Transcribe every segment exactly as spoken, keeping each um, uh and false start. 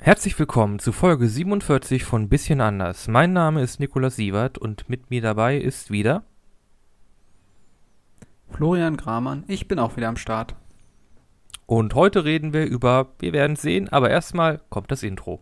Herzlich willkommen zu Folge siebenundvierzig von Bisschen anders. Mein Name ist Nikolaus Sievert und mit mir dabei ist wieder Florian Gramann. Ich bin auch wieder am Start. Und heute reden wir über, wir werden sehen, aber erstmal kommt das Intro.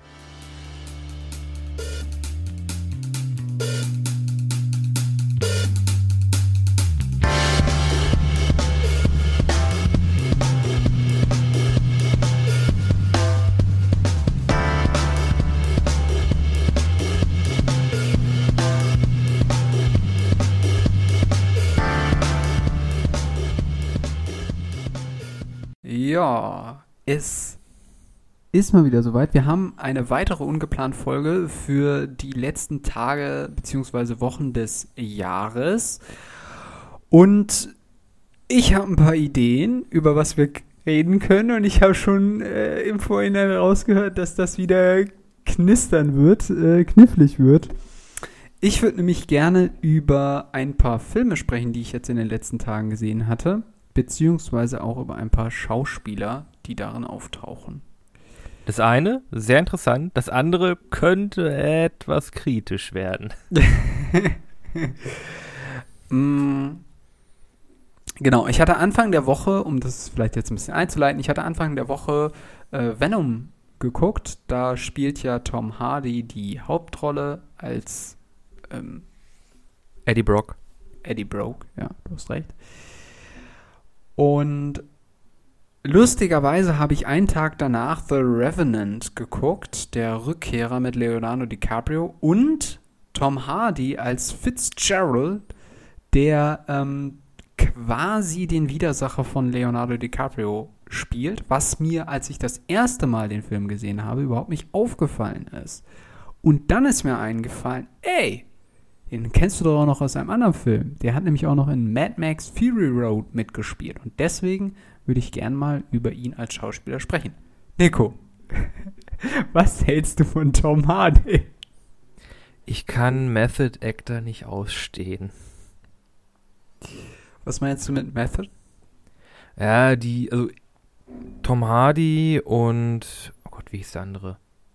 Ja, es ist mal wieder soweit. Wir haben eine weitere ungeplante Folge für die letzten Tage bzw. Wochen des Jahres. Und ich habe ein paar Ideen, über was wir reden können. Und ich habe schon äh, im Vorhinein rausgehört, dass das wieder knistern wird, äh, knifflig wird. Ich würde nämlich gerne über ein paar Filme sprechen, die ich jetzt in den letzten Tagen gesehen hatte. Beziehungsweise auch über ein paar Schauspieler, die darin auftauchen. Das eine, sehr interessant. Das andere könnte etwas kritisch werden. mm, genau, ich hatte Anfang der Woche, um das vielleicht jetzt ein bisschen einzuleiten, ich hatte Anfang der Woche äh, Venom geguckt. Da spielt ja Tom Hardy die Hauptrolle als ähm, Eddie Brock. Eddie Brock, ja, du hast recht. Und lustigerweise habe ich einen Tag danach The Revenant geguckt, der Rückkehrer mit Leonardo DiCaprio und Tom Hardy als Fitzgerald, der ähm, quasi den Widersacher von Leonardo DiCaprio spielt, was mir, als ich das erste Mal den Film gesehen habe, überhaupt nicht aufgefallen ist. Und dann ist mir eingefallen, ey, den kennst du doch auch noch aus einem anderen Film. Der hat nämlich auch noch in Mad Max Fury Road mitgespielt. Und deswegen würde ich gern mal über ihn als Schauspieler sprechen. Nico, was hältst du von Tom Hardy? Ich kann Method Actor nicht ausstehen. Was meinst du mit Method? Ja, die, also Tom Hardy und, oh Gott, wie hieß der andere?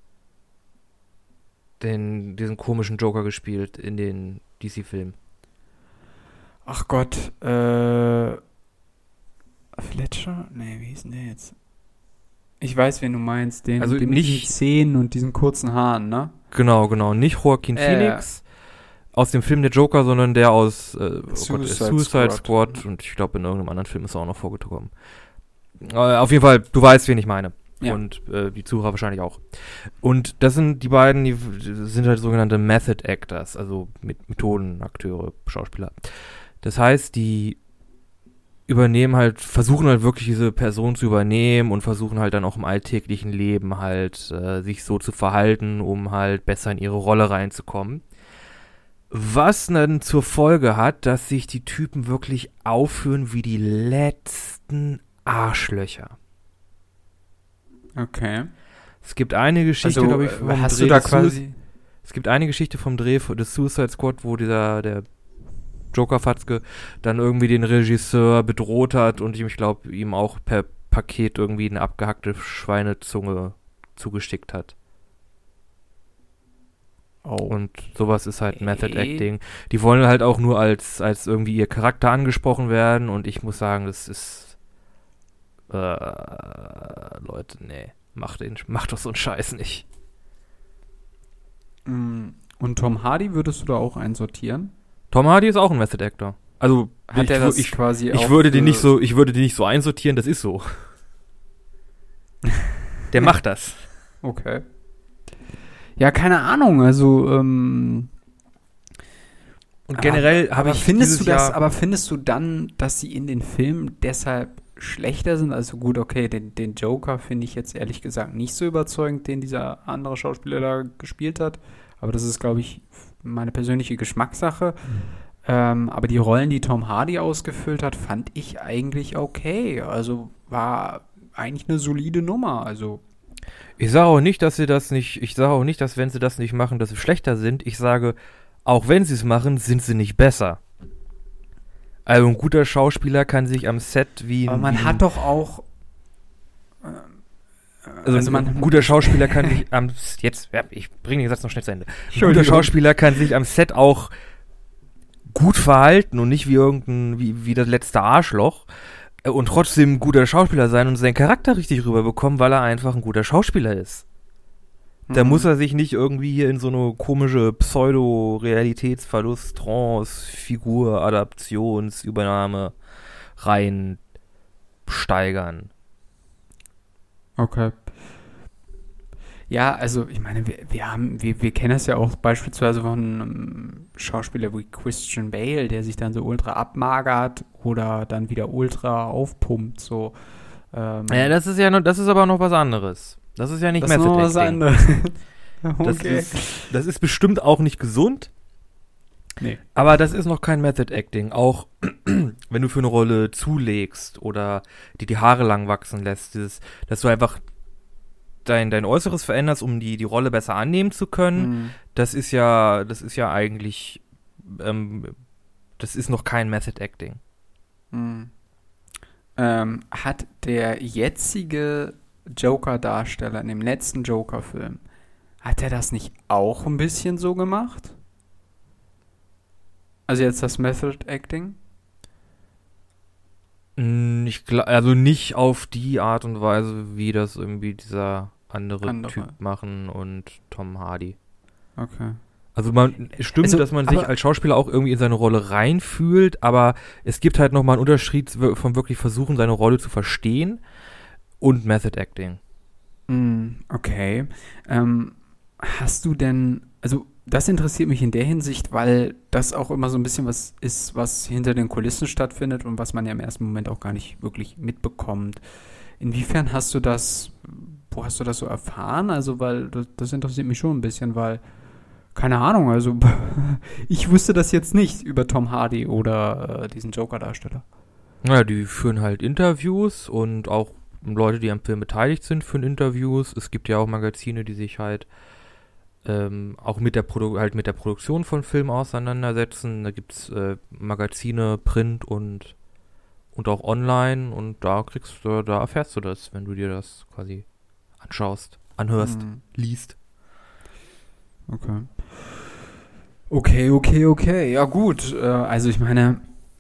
Den, diesen komischen Joker gespielt in den D C-Filmen. Ach Gott, äh... Fletcher? Nee, wie hieß denn der jetzt? Ich weiß, wen du meinst. Den, also den nicht, mit den Zähnen und diesen kurzen Haaren, ne? Genau, genau. Nicht Joaquin äh, Phoenix aus dem Film Der Joker, sondern der aus äh, oh Suicide, Gott, Suicide Squad. Squad. Und ich glaube, in irgendeinem anderen Film ist er auch noch vorgekommen. Äh, auf jeden Fall, du weißt, wen ich meine. Ja. Und äh, die Zuhörer wahrscheinlich auch. Und das sind die beiden, die sind halt sogenannte Method Actors, also mit Methodenakteure, Schauspieler. Das heißt, die übernehmen halt, versuchen halt wirklich diese Person zu übernehmen und versuchen halt dann auch im alltäglichen Leben halt äh, sich so zu verhalten, um halt besser in ihre Rolle reinzukommen. Was dann zur Folge hat, dass sich die Typen wirklich aufführen wie die letzten Arschlöcher. Okay. Es gibt eine Geschichte, also, glaube ich, vom hast Dreh du da des quasi... Su- Es gibt eine Geschichte vom Dreh des Suicide Squad, wo dieser, der Joker-Fatzke dann irgendwie den Regisseur bedroht hat und ich glaube, ihm auch per Paket irgendwie eine abgehackte Schweinezunge zugestickt hat. Oh. Und sowas ist halt Method Acting. Die wollen halt auch nur als, als irgendwie ihr Charakter angesprochen werden und ich muss sagen, das ist äh, Leute, nee, macht, den, macht doch so einen Scheiß nicht. Und Tom Hardy würdest du da auch einsortieren? Tom Hardy ist auch ein Method Actor. Also hat ich, er das ich, quasi ich auch würde den nicht so, ich würde den nicht so einsortieren, das ist so. Der macht das. Okay. Ja, keine Ahnung, also ähm, und generell habe ich findest du das, Jahr aber findest du dann, dass sie in den Filmen deshalb schlechter sind? Also gut, okay, den, den Joker finde ich jetzt ehrlich gesagt nicht so überzeugend, den dieser andere Schauspieler da gespielt hat. Aber das ist, glaube ich, meine persönliche Geschmackssache. Mhm. Ähm, aber die Rollen, die Tom Hardy ausgefüllt hat, fand ich eigentlich okay. Also war eigentlich eine solide Nummer. Also ich sage auch nicht, dass sie das nicht, ich sage auch nicht, dass wenn sie das nicht machen, dass sie schlechter sind. Ich sage, auch wenn sie es machen, sind sie nicht besser. Also ein guter Schauspieler kann sich am Set wie... Aber man wie hat doch auch... Also, also man, ein guter Schauspieler kann sich am jetzt, ja, ich bringe den Satz noch schnell zu Ende. Ein guter Schauspieler kann sich am Set auch gut verhalten und nicht wie irgendein, wie, wie das letzte Arschloch und trotzdem ein guter Schauspieler sein und seinen Charakter richtig rüberbekommen, weil er einfach ein guter Schauspieler ist. Da mhm. muss er sich nicht irgendwie hier in so eine komische Pseudo-Realitätsverlust, Trance, Figur, Adaptionsübernahme rein steigern. Okay. Ja, also ich meine, wir, wir haben, wir, wir kennen das ja auch beispielsweise von einem Schauspieler wie Christian Bale, der sich dann so ultra abmagert oder dann wieder ultra aufpumpt, so. Ähm, ja, das ist ja noch, das ist aber noch was anderes. Das ist ja nicht Method Acting. Das ist noch was anderes. Okay. Das ist, das ist bestimmt auch nicht gesund. Nee. Aber das ist noch kein Method Acting. Auch wenn du für eine Rolle zulegst oder dir die Haare lang wachsen lässt, dieses, dass du einfach dein, dein Äußeres veränderst, um die, die Rolle besser annehmen zu können, mhm. das ist ja, das ist ja eigentlich, ähm, das ist noch kein Method Acting. Mhm. Ähm, hat der jetzige Joker-Darsteller in dem letzten Joker-Film, hat er das nicht auch ein bisschen so gemacht? Also jetzt das Method Acting? Ich glaub, also nicht auf die Art und Weise, wie das irgendwie dieser andere, andere. Typ machen und Tom Hardy. Okay. Also man stimmt, also, dass man sich als Schauspieler auch irgendwie in seine Rolle reinfühlt, aber es gibt halt nochmal einen Unterschied von wirklich versuchen, seine Rolle zu verstehen und Method Acting. Okay. Ähm, hast du denn, also das interessiert mich in der Hinsicht, weil das auch immer so ein bisschen was ist, was hinter den Kulissen stattfindet und was man ja im ersten Moment auch gar nicht wirklich mitbekommt. Inwiefern hast du das, wo hast du das so erfahren? Also, weil das, das interessiert mich schon ein bisschen, weil, keine Ahnung, also ich wusste das jetzt nicht über Tom Hardy oder äh, diesen Joker-Darsteller. Naja, die führen halt Interviews und auch Leute, die am Film beteiligt sind, führen Interviews. Es gibt ja auch Magazine, die sich halt Ähm, auch mit der Produ- halt mit der Produktion von Filmen auseinandersetzen. Da gibt's äh, Magazine, Print und und auch online und da kriegst du, da erfährst du das, wenn du dir das quasi anschaust, anhörst, mhm. liest. Okay. Okay, okay, okay. Ja gut, äh, also ich meine,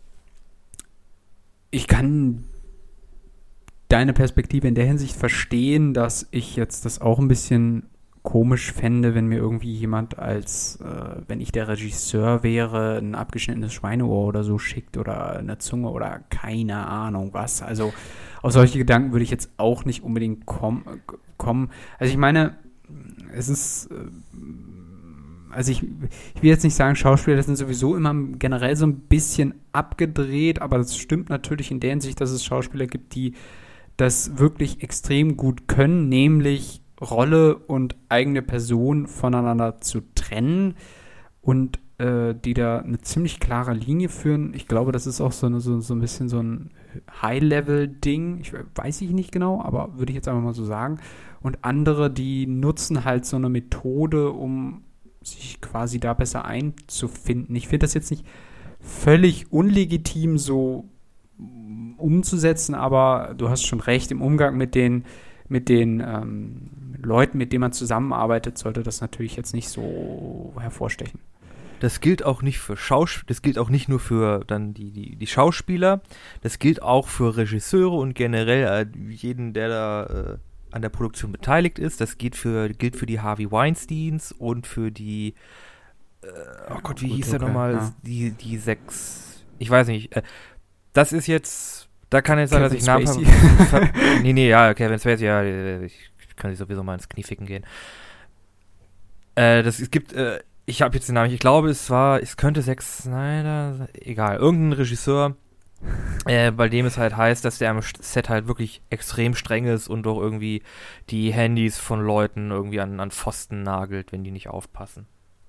ich kann deine Perspektive in der Hinsicht verstehen, dass ich jetzt das auch ein bisschen komisch fände, wenn mir irgendwie jemand als, äh, wenn ich der Regisseur wäre, ein abgeschnittenes Schweineohr oder so schickt oder eine Zunge oder keine Ahnung was. Also auf solche Gedanken würde ich jetzt auch nicht unbedingt komm, kommen. Also ich meine, es ist, äh, also ich, ich will jetzt nicht sagen, Schauspieler, das sind sowieso immer generell so ein bisschen abgedreht, aber das stimmt natürlich in der Hinsicht, dass es Schauspieler gibt, die das wirklich extrem gut können, nämlich Rolle und eigene Person voneinander zu trennen und äh, die da eine ziemlich klare Linie führen. Ich glaube, das ist auch so, eine, so, so ein bisschen so ein High-Level-Ding. Ich weiß ich nicht genau, aber würde ich jetzt einfach mal so sagen. Und andere, die nutzen halt so eine Methode, um sich quasi da besser einzufinden. Ich finde das jetzt nicht völlig unlegitim so umzusetzen, aber du hast schon recht, im Umgang mit den mit den ähm, Leuten, mit denen man zusammenarbeitet, sollte das natürlich jetzt nicht so hervorstechen. Das gilt auch nicht für Schauspieler, das gilt auch nicht nur für dann die, die, die Schauspieler, das gilt auch für Regisseure und generell äh, jeden, der da äh, an der Produktion beteiligt ist. Das gilt für, gilt für die Harvey Weinsteins und für die äh, oh Gott, wie Gut, hieß okay, der nochmal? Ja. Die, die sechs, ich weiß nicht, äh, das ist jetzt Da kann jetzt sein, dass ich Namen ver- Nee, nee, ja, Kevin Spacey, ja, ich kann sich sowieso mal ins Knie ficken gehen. Äh, das, es gibt, äh, ich habe jetzt den Namen, ich glaube, es war, es könnte Zack Snyder, egal, irgendein Regisseur, äh, bei dem es halt heißt, dass der am Set halt wirklich extrem streng ist und doch irgendwie die Handys von Leuten irgendwie an, an Pfosten nagelt, wenn die nicht aufpassen.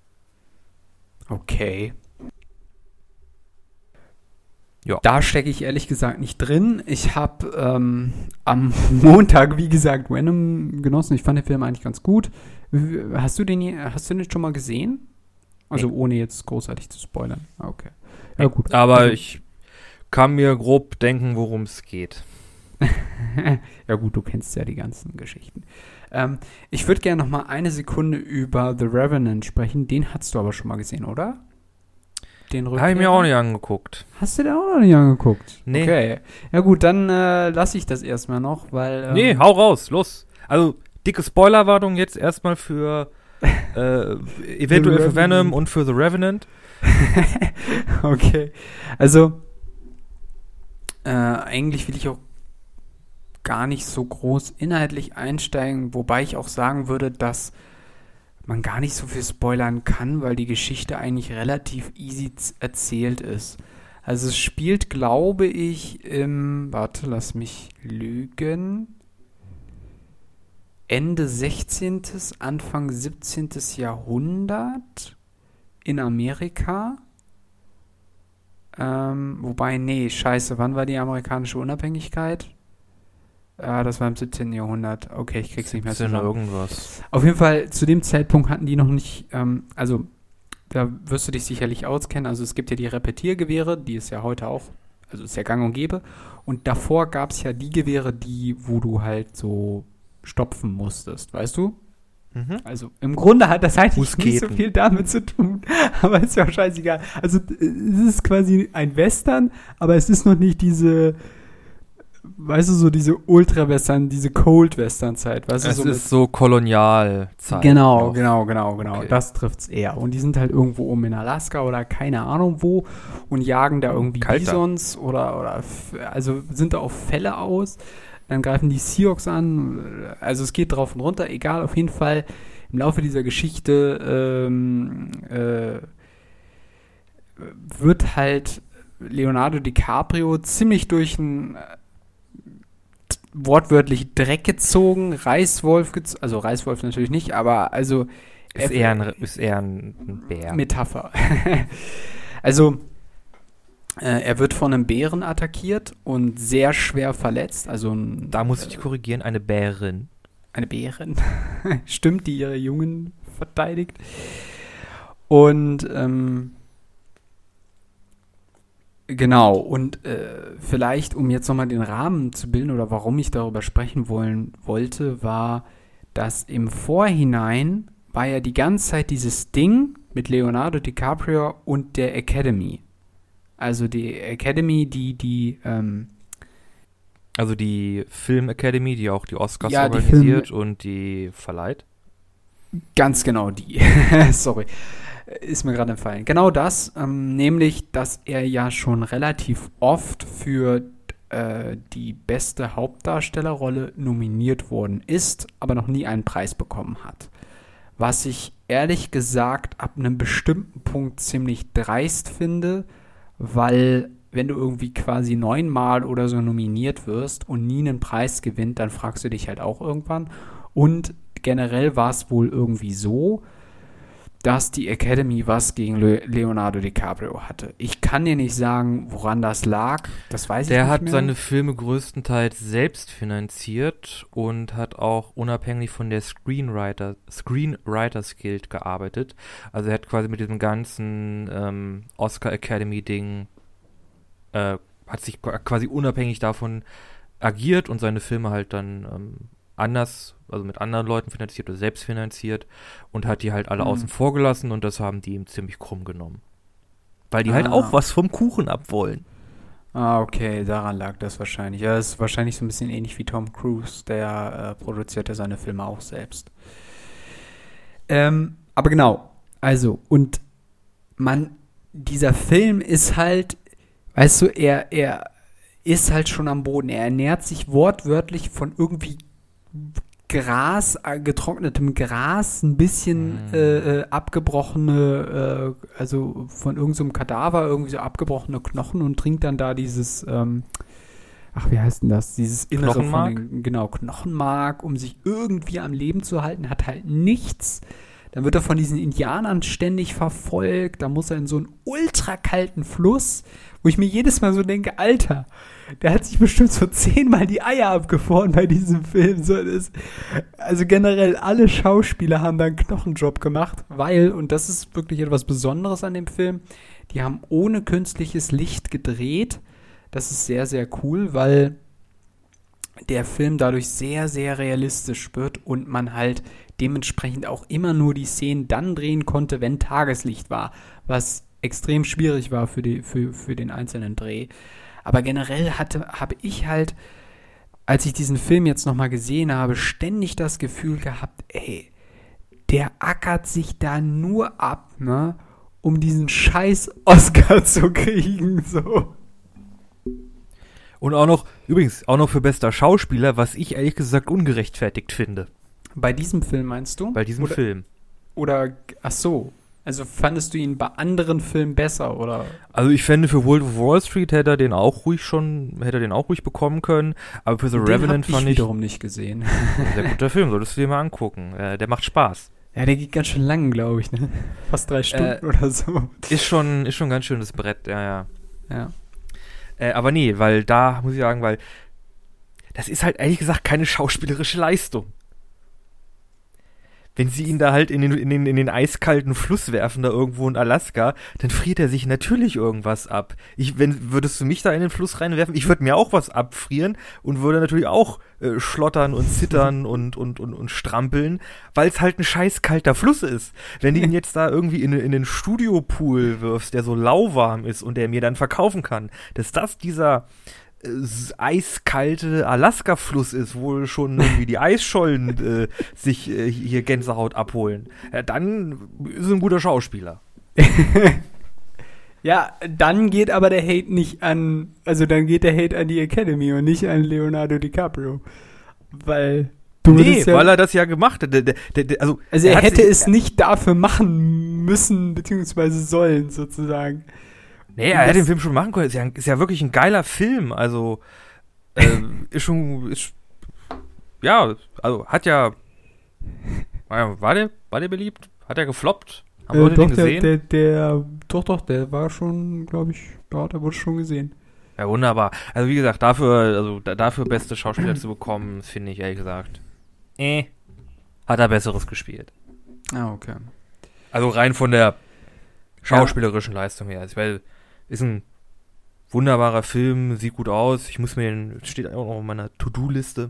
Okay. Ja. Da stecke ich ehrlich gesagt nicht drin. Ich habe ähm, am Montag, wie gesagt, Venom genossen. Ich fand den Film eigentlich ganz gut. Hast du den, hast du den schon mal gesehen? Also nee. Ohne jetzt großartig zu spoilern. Okay. Ja, gut. Aber also, ich kann mir grob denken, worum es geht. Ja gut, du kennst ja die ganzen Geschichten. Ähm, ich würde gerne noch mal eine Sekunde über The Revenant sprechen. Den hast du aber schon mal gesehen, oder? Den Rückkehrer? Habe ich mir auch nicht angeguckt. Hast du den auch noch nicht angeguckt? Nee. Okay. Ja gut, dann äh, lasse ich das erstmal noch, weil... Ähm, Nee, hau raus, los. Also, dicke Spoilerwartung jetzt erstmal für äh, eventuell für Venom und für The Revenant. Okay. Also, äh, eigentlich will ich auch gar nicht so groß inhaltlich einsteigen, wobei ich auch sagen würde, dass man gar nicht so viel spoilern kann, weil die Geschichte eigentlich relativ easy z- erzählt ist. Also es spielt, glaube ich, im, warte, lass mich lügen, Ende sechzehnten. Anfang siebzehnten. Jahrhundert in Amerika. Ähm, wobei, nee, scheiße, wann war die amerikanische Unabhängigkeit? Ah, das war im siebzehnten. Jahrhundert. Okay, ich krieg's nicht mehr siebzehn zusammen. irgendwas. Auf jeden Fall, zu dem Zeitpunkt hatten die noch nicht, ähm, also da wirst du dich sicherlich auskennen, also es gibt ja die Repetiergewehre, die ist ja heute auch, also ist ja gang und gäbe. Und davor gab es ja die Gewehre, die, wo du halt so stopfen musstest, weißt du? Mhm. Also im Grunde hat das eigentlich nicht so Musketen. viel damit zu tun, aber ist ja auch scheißegal. Also äh, es ist quasi ein Western, aber es ist noch nicht diese, weißt du, so diese Ultra-Western, diese Cold-Western-Zeit, weißt du? Es so ist so Kolonialzeit. Genau, noch. genau, genau, genau. Okay. Das trifft's eher. Und die sind halt irgendwo oben in Alaska oder keine Ahnung wo und jagen da irgendwie Kalter. Bisons oder, oder f- also sind da auf Fälle aus. Dann greifen die Seahawks an. Also es geht drauf und runter, egal, auf jeden Fall im Laufe dieser Geschichte ähm, äh, wird halt Leonardo DiCaprio ziemlich durch ein wortwörtlich Dreck gezogen, Reißwolf gezogen, also Reißwolf natürlich nicht, aber also Ist eher ein, ist eher ein Bär. Metapher. Also äh, er wird von einem Bären attackiert und sehr schwer verletzt, also ein, Da muss ich dich korrigieren, eine Bärin. eine Bärin, stimmt, die ihre Jungen verteidigt. Und ähm, genau, und äh, vielleicht, um jetzt nochmal den Rahmen zu bilden oder warum ich darüber sprechen wollen wollte, war, dass im Vorhinein war ja die ganze Zeit dieses Ding mit Leonardo DiCaprio und der Academy. Also die Academy, die die ähm, Also die Film Academy, die auch die Oscars Ja, die organisiert und die verleiht. ganz genau die. Sorry. Ist mir gerade entfallen. Genau das, ähm, nämlich, dass er ja schon relativ oft für äh, die beste Hauptdarstellerrolle nominiert worden ist, aber noch nie einen Preis bekommen hat. Was ich ehrlich gesagt ab einem bestimmten Punkt ziemlich dreist finde, weil wenn du irgendwie quasi neunmal oder so nominiert wirst und nie einen Preis gewinnt, dann fragst du dich halt auch irgendwann. Und generell war es wohl irgendwie so, dass die Academy was gegen Le- Leonardo DiCaprio hatte. Ich kann dir nicht sagen, woran das lag. Das weiß Der ich nicht hat mehr. seine Filme größtenteils selbst finanziert und hat auch unabhängig von der Screenwriter, Screenwriters Guild gearbeitet. Also er hat quasi mit diesem ganzen ähm, Oscar Academy Ding äh, hat sich quasi unabhängig davon agiert und seine Filme halt dann ähm, anders, also mit anderen Leuten finanziert oder selbst finanziert und hat die halt alle Mhm. außen vor gelassen und das haben die ihm ziemlich krumm genommen. Weil die halt Ah. auch was vom Kuchen abwollen. Ah, okay, daran lag das wahrscheinlich. Ja, das ist wahrscheinlich so ein bisschen ähnlich wie Tom Cruise, der äh, produziert ja seine Filme auch selbst. Ähm, aber genau, also, und man, dieser Film ist halt, weißt du, er, er ist halt schon am Boden. Er ernährt sich wortwörtlich von irgendwie Gras, äh, getrocknetem Gras, ein bisschen Mm. äh, äh, abgebrochene, äh, also von irgendeinem Kadaver, irgendwie so abgebrochene Knochen und trinkt dann da dieses, ähm, ach, wie heißt denn das? Dieses Innere Knochenmark? von den, genau, Knochenmark, um sich irgendwie am Leben zu halten, hat halt nichts. Dann wird er von diesen Indianern ständig verfolgt, da muss er in so einen ultrakalten Fluss, wo ich mir jedes Mal so denke, Alter, der hat sich bestimmt so zehnmal die Eier abgefroren bei diesem Film. So, das, also generell alle Schauspieler haben da einen Knochenjob gemacht, weil, und das ist wirklich etwas Besonderes an dem Film, die haben ohne künstliches Licht gedreht. Das ist sehr, sehr cool, weil der Film dadurch sehr, sehr realistisch wird und man halt dementsprechend auch immer nur die Szenen dann drehen konnte, wenn Tageslicht war, was extrem schwierig war für, die, für, für den einzelnen Dreh. Aber generell hatte, habe ich halt, als ich diesen Film jetzt nochmal gesehen habe, ständig das Gefühl gehabt, ey, der ackert sich da nur ab, ne, um diesen scheiß Oscar zu kriegen, so. Und auch noch, übrigens, auch noch für bester Schauspieler, was ich ehrlich gesagt ungerechtfertigt finde. Bei diesem Film meinst du? Bei diesem oder, Film. Oder, ach so, also fandest du ihn bei anderen Filmen besser, oder? Also ich fände, für Wolf of Wall Street hätte er den auch ruhig schon, hätte er den auch ruhig bekommen können, aber für The den Revenant hab fand ich ich... wiederum nicht gesehen. Sehr guter Film, solltest du dir mal angucken. Äh, der macht Spaß. Ja, der geht ganz schön lang, glaube ich, ne? Fast drei Stunden äh, oder so. Ist schon, ist schon ein ganz schönes Brett, ja, ja. Ja. Äh, aber nee, weil da, muss ich sagen, weil das ist halt ehrlich gesagt keine schauspielerische Leistung. Wenn sie ihn da halt in den, in den, in den eiskalten Fluss werfen, da irgendwo in Alaska, dann friert er sich natürlich irgendwas ab. Ich, wenn, würdest du mich da in den Fluss reinwerfen? Ich würde mir auch was abfrieren und würde natürlich auch äh, schlottern und zittern und, und, und, und strampeln, weil es halt ein scheiß kalter Fluss ist. Wenn du ihn jetzt da irgendwie in, in den Studiopool wirfst, der so lauwarm ist und der mir dann verkaufen kann, dass das dieser eiskalte Alaska-Fluss ist, wo schon irgendwie die Eisschollen äh, sich äh, hier Gänsehaut abholen, ja, dann ist er ein guter Schauspieler. Ja, dann geht aber der Hate nicht an, also dann geht der Hate an die Academy und nicht an Leonardo DiCaprio, weil du nee, ja, weil er das ja gemacht hat. Der, der, der, also, also er, er hätte sich, es nicht dafür machen müssen, beziehungsweise sollen, sozusagen. Nee, er hätte den Film schon machen können. Ist ja, ist ja wirklich ein geiler Film. Also, äh, ist schon, ist, ja, also hat ja, war der, war der beliebt? Hat er gefloppt? Haben äh, Leute doch, den gesehen? Der, der, der, doch, doch, der war schon, glaube ich, ja, der wurde schon gesehen. Ja, wunderbar. Also, wie gesagt, dafür, also, da, dafür beste Schauspieler zu bekommen, finde ich, ehrlich gesagt, eh, hat er Besseres gespielt. Ah, okay. Also, rein von der schauspielerischen ja. Leistung her. Also, weil, ist ein wunderbarer Film, sieht gut aus. Ich muss mir den, steht auch noch auf meiner To-Do-Liste.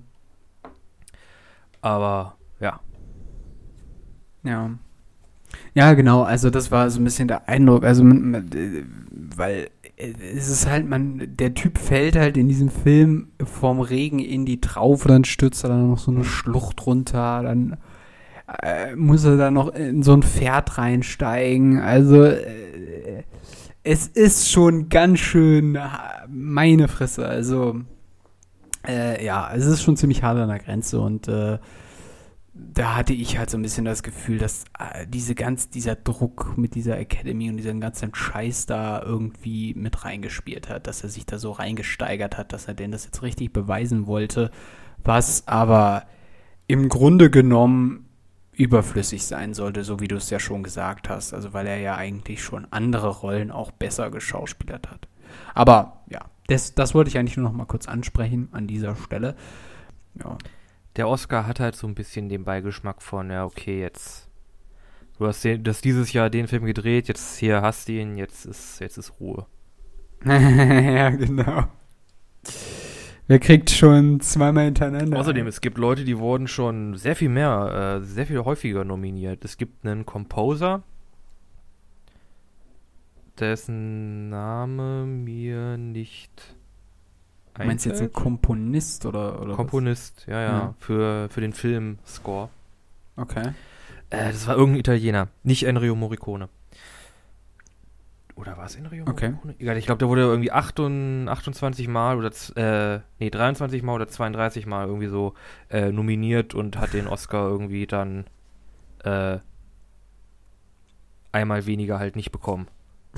Aber, ja. Ja. Ja, genau. Also, das war so ein bisschen der Eindruck. Also, man, man, weil es ist halt, man, der Typ fällt halt in diesem Film vorm Regen in die Traufe, dann stürzt er dann noch so eine Schlucht runter, dann äh, muss er dann noch in so ein Pferd reinsteigen. Also, äh, es ist schon ganz schön meine Fresse. Also, äh, ja, es ist schon ziemlich hart an der Grenze und äh, da hatte ich halt so ein bisschen das Gefühl, dass äh, diese ganz, dieser Druck mit dieser Academy und diesem ganzen Scheiß da irgendwie mit reingespielt hat, dass er sich da so reingesteigert hat, dass er denen das jetzt richtig beweisen wollte, was aber im Grunde genommen überflüssig sein sollte, so wie du es ja schon gesagt hast. Also weil er ja eigentlich schon andere Rollen auch besser geschauspielert hat. Aber ja, das, das wollte ich eigentlich nur noch mal kurz ansprechen an dieser Stelle. Ja. Der Oscar hat halt so ein bisschen den Beigeschmack von, ja okay, jetzt du hast den, das dieses Jahr den Film gedreht, jetzt hier hast du ihn, jetzt ist, jetzt ist Ruhe. Ja, genau. Wer kriegt schon zweimal hintereinander? Außerdem, es gibt Leute, die wurden schon sehr viel mehr, äh, sehr viel häufiger nominiert. Es gibt einen Composer, dessen Name mir nicht einfällt. Du meinst jetzt ein Komponist oder, oder Komponist, was? ja, ja, ja, für, für den Film Score. Okay. Äh, das war irgendein Italiener, nicht Ennio Morricone. Oder war es Ennio okay. Morricone? Egal, ich glaube, der wurde irgendwie achtundzwanzig Mal oder, äh, nee, dreiundzwanzig Mal oder zweiunddreißig Mal irgendwie so äh, nominiert und hat den Oscar irgendwie dann äh, einmal weniger halt nicht bekommen.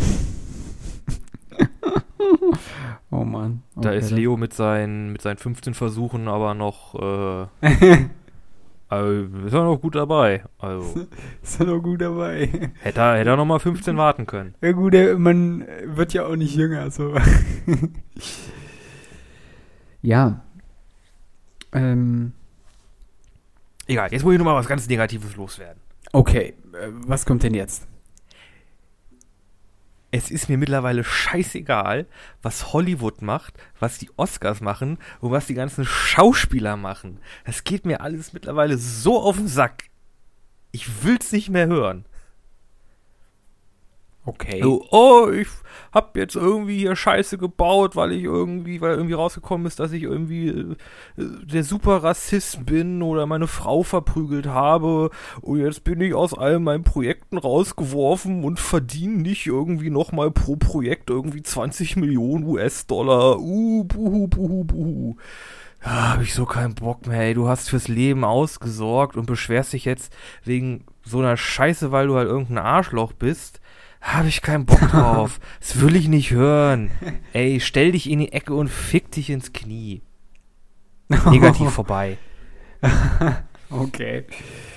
Oh Mann. Okay, da ist Leo mit seinen, mit seinen fünfzehn Versuchen aber noch äh, also ist er noch gut dabei. Also, ist er noch gut dabei. Hätte er, hätte er noch mal fünfzehn warten können. Ja gut, man wird ja auch nicht jünger. So. Ja. Ähm. Egal, jetzt muss ich noch mal was ganz Negatives loswerden. Okay, äh, was kommt denn jetzt? es ist mir mittlerweile scheißegal, was Hollywood macht, was die Oscars machen und was die ganzen Schauspieler machen. Das geht mir alles mittlerweile so auf den Sack. Ich will's nicht mehr hören. Okay. So, oh, ich hab jetzt irgendwie hier Scheiße gebaut, weil ich irgendwie, weil irgendwie rausgekommen ist, dass ich irgendwie äh, der super Rassist bin oder meine Frau verprügelt habe und jetzt bin ich aus all meinen Projekten rausgeworfen und verdiene nicht irgendwie nochmal pro Projekt irgendwie zwanzig Millionen U S-Dollar. Uh, buhu, buhu, buhu. Ja, hab ich so keinen Bock mehr, ey. Du hast fürs Leben ausgesorgt und beschwerst dich jetzt wegen so einer Scheiße, weil du halt irgendein Arschloch bist. Habe ich keinen Bock drauf. Das will ich nicht hören. Ey, stell dich in die Ecke und fick dich ins Knie. Negativ vorbei. Okay.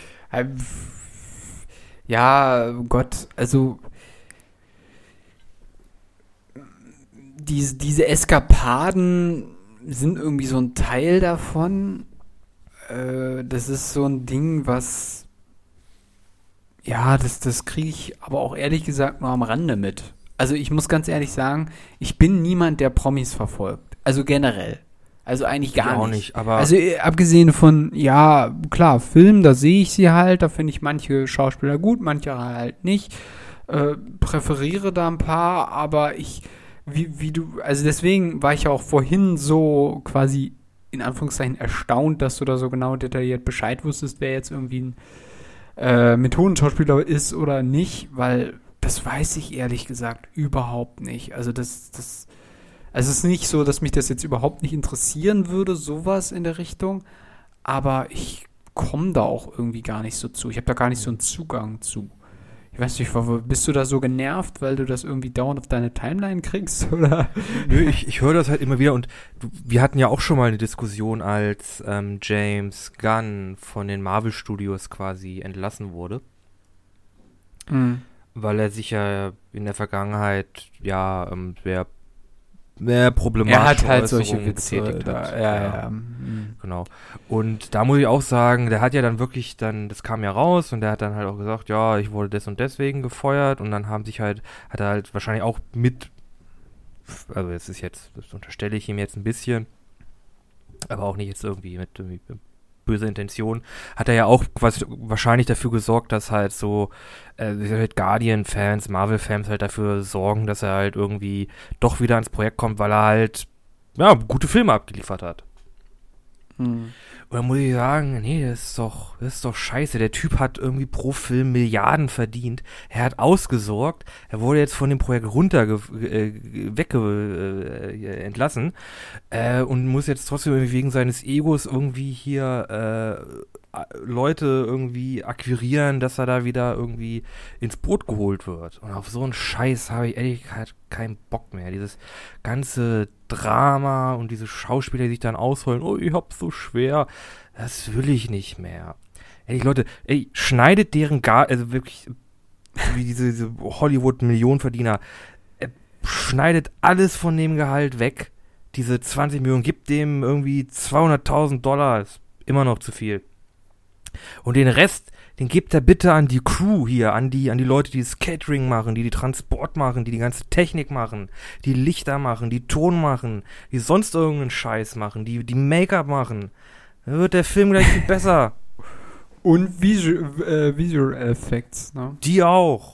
Ja, Gott, also diese, diese Eskapaden sind irgendwie so ein Teil davon. Äh, das ist so ein Ding, was ja, das, das kriege ich aber auch ehrlich gesagt nur am Rande mit. Also ich muss ganz ehrlich sagen, ich bin niemand, der Promis verfolgt. Also generell. Also eigentlich gar ich auch nicht. nicht. Aber also äh, abgesehen von, ja, klar, Film, da sehe ich sie halt, da finde ich manche Schauspieler gut, manche halt nicht. Äh, präferiere da ein paar, aber ich, wie, wie du, also deswegen war ich ja auch vorhin so quasi in Anführungszeichen erstaunt, dass du da so genau detailliert Bescheid wusstest, wer jetzt irgendwie ein Äh, Methodenschauspieler ist oder nicht, weil das weiß ich ehrlich gesagt überhaupt nicht. Also das, das, also es ist nicht so, dass mich das jetzt überhaupt nicht interessieren würde, sowas in der Richtung, aber ich komme da auch irgendwie gar nicht so zu. Ich habe da gar nicht so einen Zugang zu. Ich weiß nicht, bist du da so genervt, weil du das irgendwie dauernd auf deine Timeline kriegst, oder? Nö, ich, ich höre das halt immer wieder und du, wir hatten ja auch schon mal eine Diskussion, als ähm, James Gunn von den Marvel Studios quasi entlassen wurde. Mhm. Weil er sich ja in der Vergangenheit ja ähm, sehr, sehr problematisch Er hat halt solche Witze getätigt da, hat. ja, ja. ja. Mhm. Genau. Und da muss ich auch sagen, der hat ja dann wirklich dann, das kam ja raus und der hat dann halt auch gesagt, ja, ich wurde des und deswegen gefeuert und dann haben sich halt, hat er halt wahrscheinlich auch mit, also das ist jetzt, das unterstelle ich ihm jetzt ein bisschen, aber auch nicht jetzt irgendwie mit irgendwie böse Intention, hat er ja auch quasi wahrscheinlich dafür gesorgt, dass halt so äh, halt Guardian-Fans, Marvel-Fans halt dafür sorgen, dass er halt irgendwie doch wieder ans Projekt kommt, weil er halt ja, gute Filme abgeliefert hat. Hm. Und dann muss ich sagen, nee, das ist doch, das ist doch scheiße. Der Typ hat irgendwie pro Film Milliarden verdient. Er hat ausgesorgt. Er wurde jetzt von dem Projekt runter äh, wegge äh, entlassen äh, und muss jetzt trotzdem irgendwie wegen seines Egos irgendwie hier äh, Leute irgendwie akquirieren, dass er da wieder irgendwie ins Boot geholt wird. Und auf so einen Scheiß habe ich ehrlich gesagt keinen Bock mehr. Dieses ganze Drama und diese Schauspieler, die sich dann ausholen, oh, ich hab's so schwer, das will ich nicht mehr. Ey, Leute, ey, schneidet deren gar, also wirklich, wie diese, diese Hollywood-Millionenverdiener, äh, schneidet alles von dem Gehalt weg, diese zwanzig Millionen, gibt dem irgendwie zweihunderttausend Dollar, ist immer noch zu viel. Und den Rest, den gebt er bitte an die Crew hier, an die, an die Leute, die das Catering machen, die die Transport machen, die die ganze Technik machen, die Lichter machen, die Ton machen, die sonst irgendeinen Scheiß machen, die, die Make-up machen. Dann wird der Film gleich viel besser. Und Visual, äh, Visual Effects, ne? Die auch.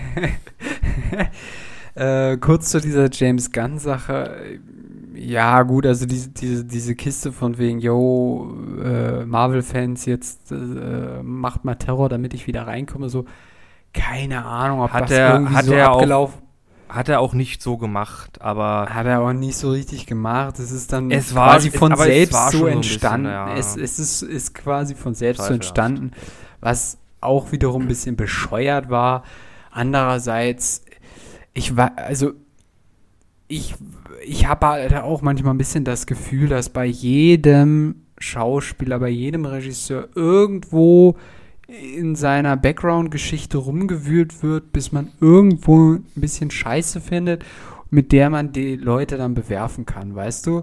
äh, kurz zu dieser James Gunn-Sache. Ja, gut, also diese, diese, diese Kiste von wegen, yo, äh, Marvel-Fans, jetzt äh, macht mal Terror, damit ich wieder reinkomme, so, keine Ahnung, ob hat das er, irgendwie hat so er abgelaufen auch, hat er auch nicht so gemacht, aber hat er auch nicht so richtig gemacht. Es ist dann es war, quasi von es, selbst es war so schon entstanden. So ein bisschen, ja. es, es ist, ist quasi von selbst so Zweifelhaft. entstanden, was auch wiederum ein bisschen bescheuert war. Andererseits, ich war, also ich, ich habe halt auch manchmal ein bisschen das Gefühl, dass bei jedem Schauspieler, bei jedem Regisseur irgendwo in seiner Background-Geschichte rumgewühlt wird, bis man irgendwo ein bisschen Scheiße findet, mit der man die Leute dann bewerfen kann, weißt du?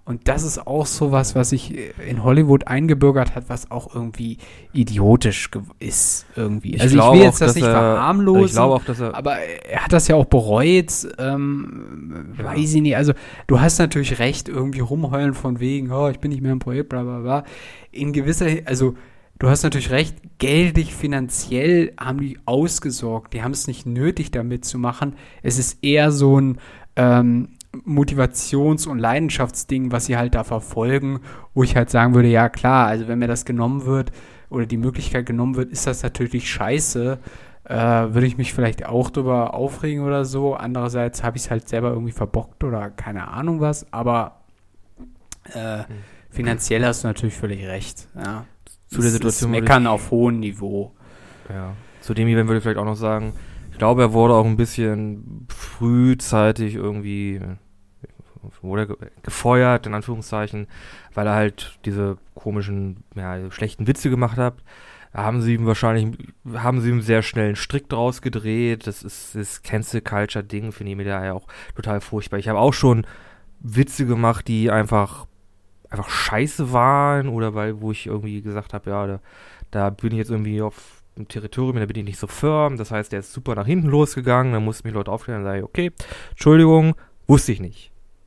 Und das ist auch sowas, was sich in Hollywood eingebürgert hat, was auch irgendwie idiotisch ge- ist irgendwie. Ich also ich glaube will jetzt auch, das dass nicht er- verharmlosen, ich glaube auch, dass er- aber er hat das ja auch bereut. Ähm, Ja. Weiß ich nicht. Also du hast natürlich recht, irgendwie rumheulen von wegen, oh, ich bin nicht mehr im Projekt, bla bla bla. In gewisser, also du hast natürlich recht, geldlich, finanziell haben die ausgesorgt. Die haben es nicht nötig, da mitzumachen. Es ist eher so ein ähm, Motivations- und Leidenschaftsding, was sie halt da verfolgen, wo ich halt sagen würde, ja klar, also wenn mir das genommen wird oder die Möglichkeit genommen wird, ist das natürlich scheiße. Äh, würde ich mich vielleicht auch drüber aufregen oder so. Andererseits habe ich es halt selber irgendwie verbockt oder keine Ahnung was, aber äh, Hm. finanziell hast du natürlich völlig recht. Ja. Zu der Es Situation ist würde Meckern auf hohem Niveau. Ja. Zu dem Event würde ich vielleicht auch noch sagen, ich glaube, er wurde auch ein bisschen frühzeitig irgendwie äh, wurde ge- gefeuert, in Anführungszeichen, weil er halt diese komischen, ja, schlechten Witze gemacht hat. Da haben sie ihm wahrscheinlich, haben sie ihm sehr schnell einen Strick draus gedreht. Das ist das Cancel-Culture-Ding, finde ich mir daher auch total furchtbar. Ich habe auch schon Witze gemacht, die einfach einfach scheiße waren oder weil, wo ich irgendwie gesagt habe, ja, da, da bin ich jetzt irgendwie auf dem Territorium, da bin ich nicht so firm. Das heißt, der ist super nach hinten losgegangen, dann mussten mich Leute aufklären und sage ich, okay, Entschuldigung, wusste ich nicht.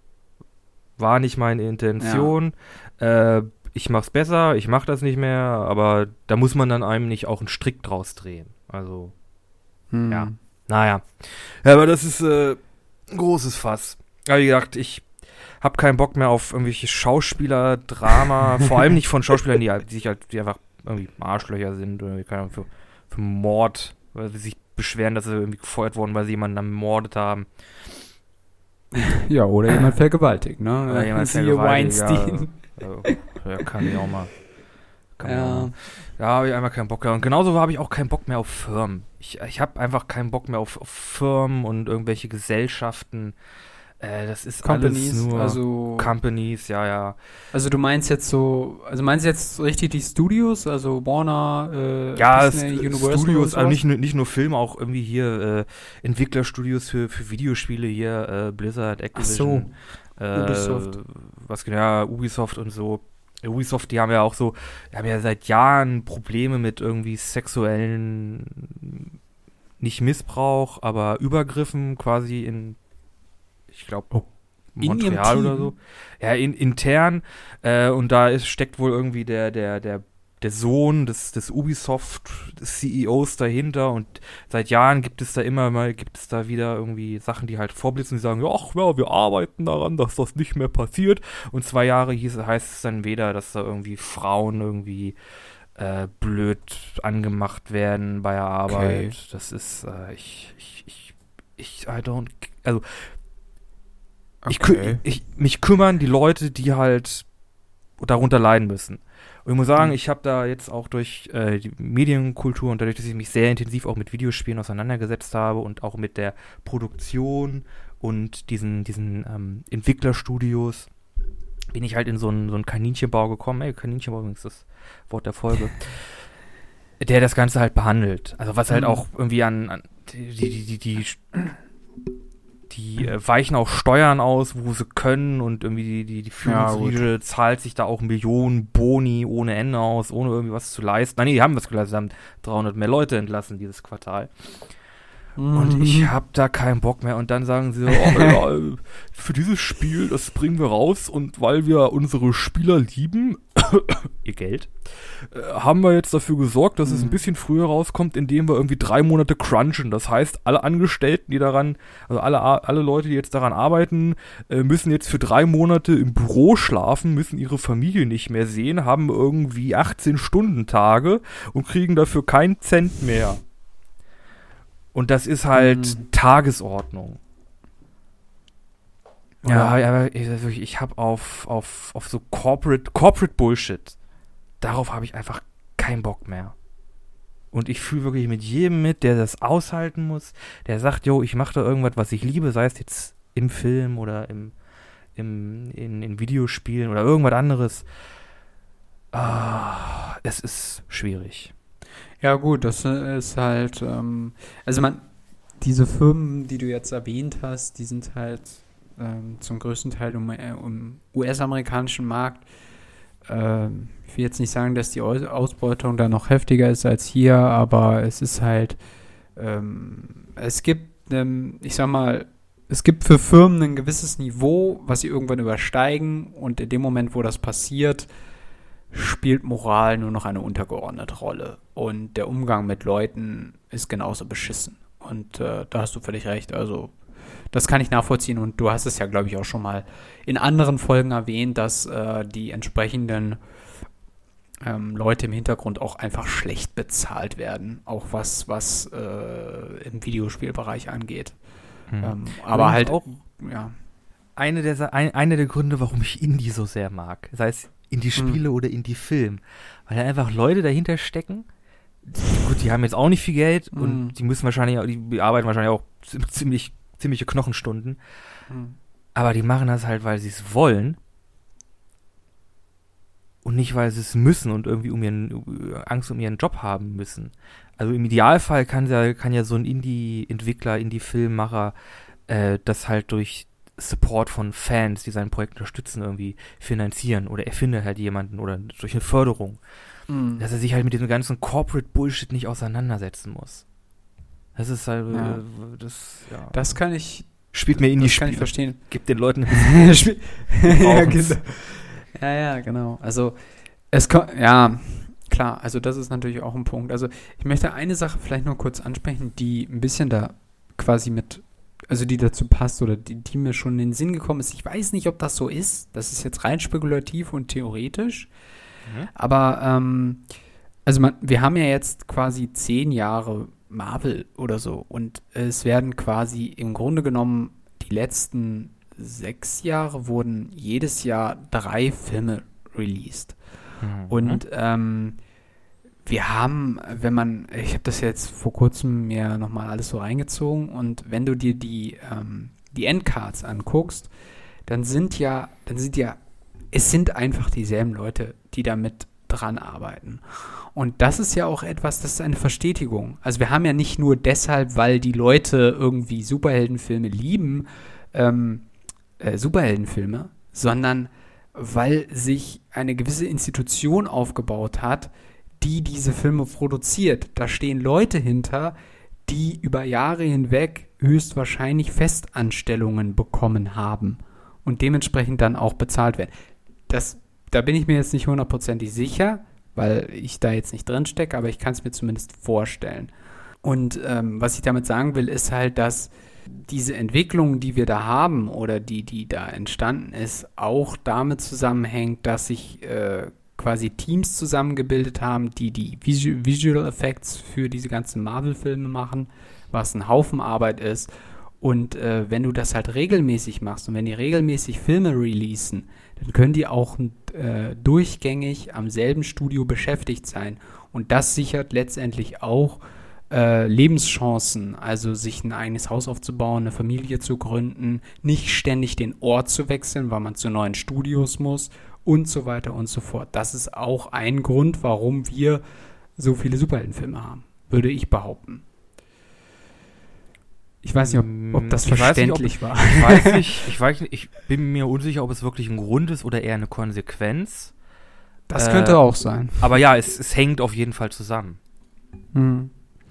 War nicht meine Intention. Ja. Äh, ich mach's besser, ich mach das nicht mehr, aber da muss man dann einem nicht auch einen Strick draus drehen. Also, Hm. ja. Naja. Ja, aber das ist äh, ein großes Fass. Aber wie gesagt, ich hab keinen Bock mehr auf irgendwelche Schauspieler, Drama, vor allem nicht von Schauspielern, die, halt- die sich halt, die einfach irgendwie Arschlöcher sind oder keine Ahnung, für, für Mord, weil sie sich beschweren, dass sie irgendwie gefeuert wurden, weil sie jemanden ermordet haben. Ja, oder jemand vergewaltigt, ne? Oder jemand Siehe vergewaltigt, Weinstein. Ja, ja, kann ich auch mal. Kann ich auch Ja. mal. Da habe ich einfach keinen Bock mehr. Und genauso habe ich auch keinen Bock mehr auf Firmen. Ich, ich habe einfach keinen Bock mehr auf, auf Firmen und irgendwelche Gesellschaften. Äh, das ist Companies, alles nur also, Companies, ja, ja. also du meinst jetzt so, also meinst du jetzt richtig die Studios, also Warner, äh, Ja, Disney, St- Universal Studios, und also sowas? nicht, nur- nicht nur Filme, auch irgendwie hier äh, Entwicklerstudios für, für Videospiele hier, äh, Blizzard, Activision. Äh, Ubisoft. Was genau, ja, Ubisoft und so. Ubisoft, die haben ja auch so, die haben ja seit Jahren Probleme mit irgendwie sexuellen, nicht Missbrauch, aber Übergriffen quasi in, ich glaube, Oh. In ihrem Montreal oder Team? so. Ja, in, intern. Äh, und da ist, steckt wohl irgendwie der, der, der, der Sohn des, des Ubisoft-C E Os dahinter. Und seit Jahren gibt es da immer mal, gibt es da wieder irgendwie Sachen, die halt vorblitzen, die sagen, ja, ach ja, wir arbeiten daran, dass das nicht mehr passiert. Und zwei Jahre hieß, heißt es dann weder, dass da irgendwie Frauen irgendwie äh, blöd angemacht werden bei der Arbeit. Okay. Das ist, äh, ich, ich, ich, ich, I don't, also Ich, kü- ich, mich kümmern die Leute, die halt darunter leiden müssen. Und ich muss sagen, Mhm. ich habe da jetzt auch durch äh, die Medienkultur und dadurch, dass ich mich sehr intensiv auch mit Videospielen auseinandergesetzt habe und auch mit der Produktion und diesen, diesen ähm, Entwicklerstudios, bin ich halt in so einen so einen Kaninchenbau gekommen. Ey, Kaninchenbau übrigens das Wort der Folge. Der das Ganze halt behandelt. Also was halt Mhm. auch irgendwie an, an die, die, die, die Die äh, weichen auch Steuern aus, wo sie können und irgendwie die, die, die Führungsriege zahlt sich da auch Millionen Boni ohne Ende aus, ohne irgendwie was zu leisten. Nein, nee, die haben was geleistet, haben dreihundert mehr Leute entlassen dieses Quartal. Und ich hab da keinen Bock mehr. Und dann sagen sie so, oh, ja, für dieses Spiel, das bringen wir raus und weil wir unsere Spieler lieben, ihr Geld, äh, haben wir jetzt dafür gesorgt, dass Mhm. es ein bisschen früher rauskommt, indem wir irgendwie drei Monate crunchen. Das heißt, alle Angestellten, die daran, also alle, alle Leute, die jetzt daran arbeiten, äh, müssen jetzt für drei Monate im Büro schlafen, müssen ihre Familie nicht mehr sehen, haben irgendwie achtzehn-Stunden-Tage und kriegen dafür keinen Cent mehr. Und das ist halt Mhm. Tagesordnung. Ja, Ja. aber ich, also ich, ich habe auf, auf, auf so Corporate, Corporate Bullshit, darauf habe ich einfach keinen Bock mehr. Und ich fühle wirklich mit jedem mit, der das aushalten muss, der sagt, yo, ich mache da irgendwas, was ich liebe, sei es jetzt im Film oder im, im, in, in Videospielen oder irgendwas anderes. Ah, es ist schwierig. Ja gut, das äh, ist halt, ähm, also man, diese Firmen, die du jetzt erwähnt hast, die sind halt ähm, zum größten Teil um, äh, um U S-amerikanischen Markt. Ähm, ich will jetzt nicht sagen, dass die Aus- Ausbeutung da noch heftiger ist als hier, aber es ist halt, ähm, es gibt, ähm, ich sag mal, es gibt für Firmen ein gewisses Niveau, was sie irgendwann übersteigen, und in dem Moment, wo das passiert, spielt Moral nur noch eine untergeordnete Rolle. Und der Umgang mit Leuten ist genauso beschissen. Und äh, da hast du völlig recht. Also das kann ich nachvollziehen. Und du hast es ja, glaube ich, auch schon mal in anderen Folgen erwähnt, dass äh, die entsprechenden ähm, Leute im Hintergrund auch einfach schlecht bezahlt werden. Auch was, was äh, im Videospielbereich angeht. Hm. Ähm, aber halt auch, ja. Eine der, ein, eine der Gründe, warum ich Indie so sehr mag, sei es Indie-Spiele hm. oder Indie-Film, weil da einfach Leute dahinter stecken. Gut, die haben jetzt auch nicht viel Geld hm. und die müssen wahrscheinlich, die arbeiten wahrscheinlich auch ziemlich, ziemliche Knochenstunden. Hm. Aber die machen das halt, weil sie es wollen und nicht, weil sie es müssen und irgendwie um ihren, Angst um ihren Job haben müssen. Also im Idealfall kann ja, kann ja so ein Indie-Entwickler, Indie-Filmmacher äh, das halt durch Support von Fans, die sein Projekt unterstützen, irgendwie finanzieren, oder er findet halt jemanden oder durch eine Förderung, mm. dass er sich halt mit diesem ganzen Corporate Bullshit nicht auseinandersetzen muss. Das ist halt, ja. äh, das, ja. Das kann ich, spielt mir in die Spiele. Das kann ich verstehen. Gibt den Leuten ein bisschen ja, genau. ja, ja, genau. Also, es kommt, ja, klar, also das ist natürlich auch ein Punkt. Also, ich möchte eine Sache vielleicht nur kurz ansprechen, die ein bisschen da quasi mit also die dazu passt oder die, die mir schon in den Sinn gekommen ist. Ich weiß nicht, ob das so ist. Das ist jetzt rein spekulativ und theoretisch. Mhm. Aber ähm, also man, wir haben ja jetzt quasi zehn Jahre Marvel oder so. Und es werden quasi im Grunde genommen die letzten sechs Jahre wurden jedes Jahr drei Filme released. Mhm. Und ähm, wir haben, wenn man, ich habe das jetzt vor kurzem mir nochmal alles so reingezogen, und wenn du dir die, ähm, die Endcards anguckst, dann sind ja, dann sind ja, es sind einfach dieselben Leute, die damit dran arbeiten. Und das ist ja auch etwas, das ist eine Verstetigung. Also wir haben ja nicht nur deshalb, weil die Leute irgendwie Superheldenfilme lieben, ähm, äh, Superheldenfilme, sondern weil sich eine gewisse Institution aufgebaut hat, die diese Filme produziert. Da stehen Leute hinter, die über Jahre hinweg höchstwahrscheinlich Festanstellungen bekommen haben und dementsprechend dann auch bezahlt werden. Das, da bin ich mir jetzt nicht hundertprozentig sicher, weil ich da jetzt nicht drin stecke, aber ich kann es mir zumindest vorstellen. Und ähm, was ich damit sagen will, ist halt, dass diese Entwicklung, die wir da haben oder die, die da entstanden ist, auch damit zusammenhängt, dass sich äh, quasi Teams zusammengebildet haben, die die Visu- Visual Effects für diese ganzen Marvel-Filme machen, was ein Haufen Arbeit ist. Und äh, wenn du das halt regelmäßig machst und wenn die regelmäßig Filme releasen, dann können die auch äh, durchgängig am selben Studio beschäftigt sein. Und das sichert letztendlich auch äh, Lebenschancen, also sich ein eigenes Haus aufzubauen, eine Familie zu gründen, nicht ständig den Ort zu wechseln, weil man zu neuen Studios muss und so weiter und so fort. Das ist auch ein Grund, warum wir so viele Superheldenfilme haben, würde ich behaupten. Ich weiß nicht, ob, ob das ich verständlich nicht, ob, war. Ich weiß nicht, ich weiß nicht, ich bin mir unsicher, ob es wirklich ein Grund ist oder eher eine Konsequenz. Das äh, könnte auch sein. Aber ja, es, es hängt auf jeden Fall zusammen. Hm.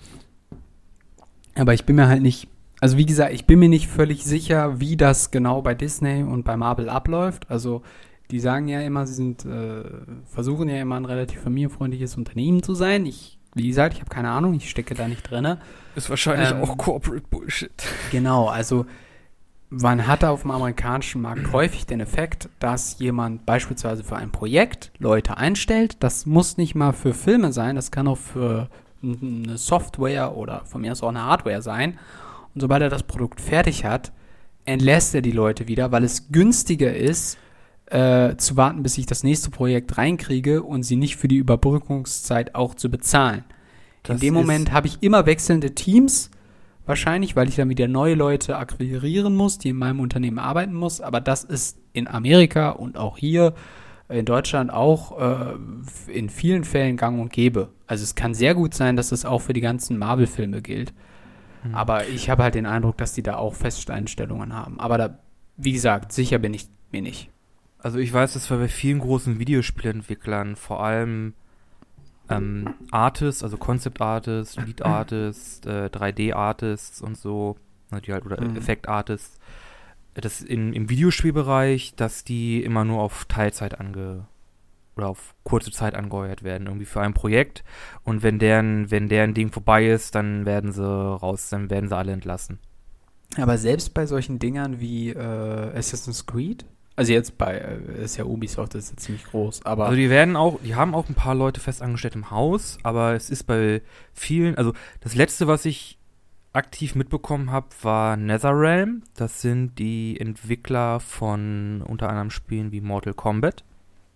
Aber ich bin mir halt nicht, also wie gesagt, ich bin mir nicht völlig sicher, wie das genau bei Disney und bei Marvel abläuft. Also die sagen ja immer, sie sind, äh, versuchen ja immer ein relativ familienfreundliches Unternehmen zu sein. Ich, wie gesagt, ich habe keine Ahnung, ich stecke da nicht drin. Ist wahrscheinlich ähm, auch Corporate Bullshit. Genau, also man hat auf dem amerikanischen Markt häufig den Effekt, dass jemand beispielsweise für ein Projekt Leute einstellt. Das muss nicht mal für Filme sein, das kann auch für eine Software oder von mir aus auch eine Hardware sein. Und sobald er das Produkt fertig hat, entlässt er die Leute wieder, weil es günstiger ist, äh, zu warten, bis ich das nächste Projekt reinkriege und sie nicht für die Überbrückungszeit auch zu bezahlen. Das in dem Moment habe ich immer wechselnde Teams, wahrscheinlich, weil ich dann wieder neue Leute akquirieren muss, die in meinem Unternehmen arbeiten muss. Aber das ist in Amerika und auch hier in Deutschland auch äh, in vielen Fällen gang und gäbe. Also es kann sehr gut sein, dass das auch für die ganzen Marvel-Filme gilt. Mhm. Aber ich habe halt den Eindruck, dass die da auch Festeinstellungen haben. Aber da wie gesagt, sicher bin ich mir nicht. Also ich weiß, dass wir bei vielen großen Videospielentwicklern, vor allem ähm, Artists, also Concept Artists, Lead Artists, äh, drei D Artists und so, die halt, oder mhm. Effekt Artists, das in, im Videospielbereich, dass die immer nur auf Teilzeit ange oder auf kurze Zeit angeheuert werden, irgendwie für ein Projekt. Und wenn deren, wenn deren Ding vorbei ist, dann werden sie raus, dann werden sie alle entlassen. Aber selbst bei solchen Dingern wie äh, Assassin's Creed, also jetzt bei, äh, ist ja Ubisoft, das ist ja ziemlich groß, aber... Also die werden auch, die haben auch ein paar Leute fest angestellt im Haus, aber es ist bei vielen, also das letzte, was ich aktiv mitbekommen habe, war NetherRealm. Das sind die Entwickler von unter anderem Spielen wie Mortal Kombat.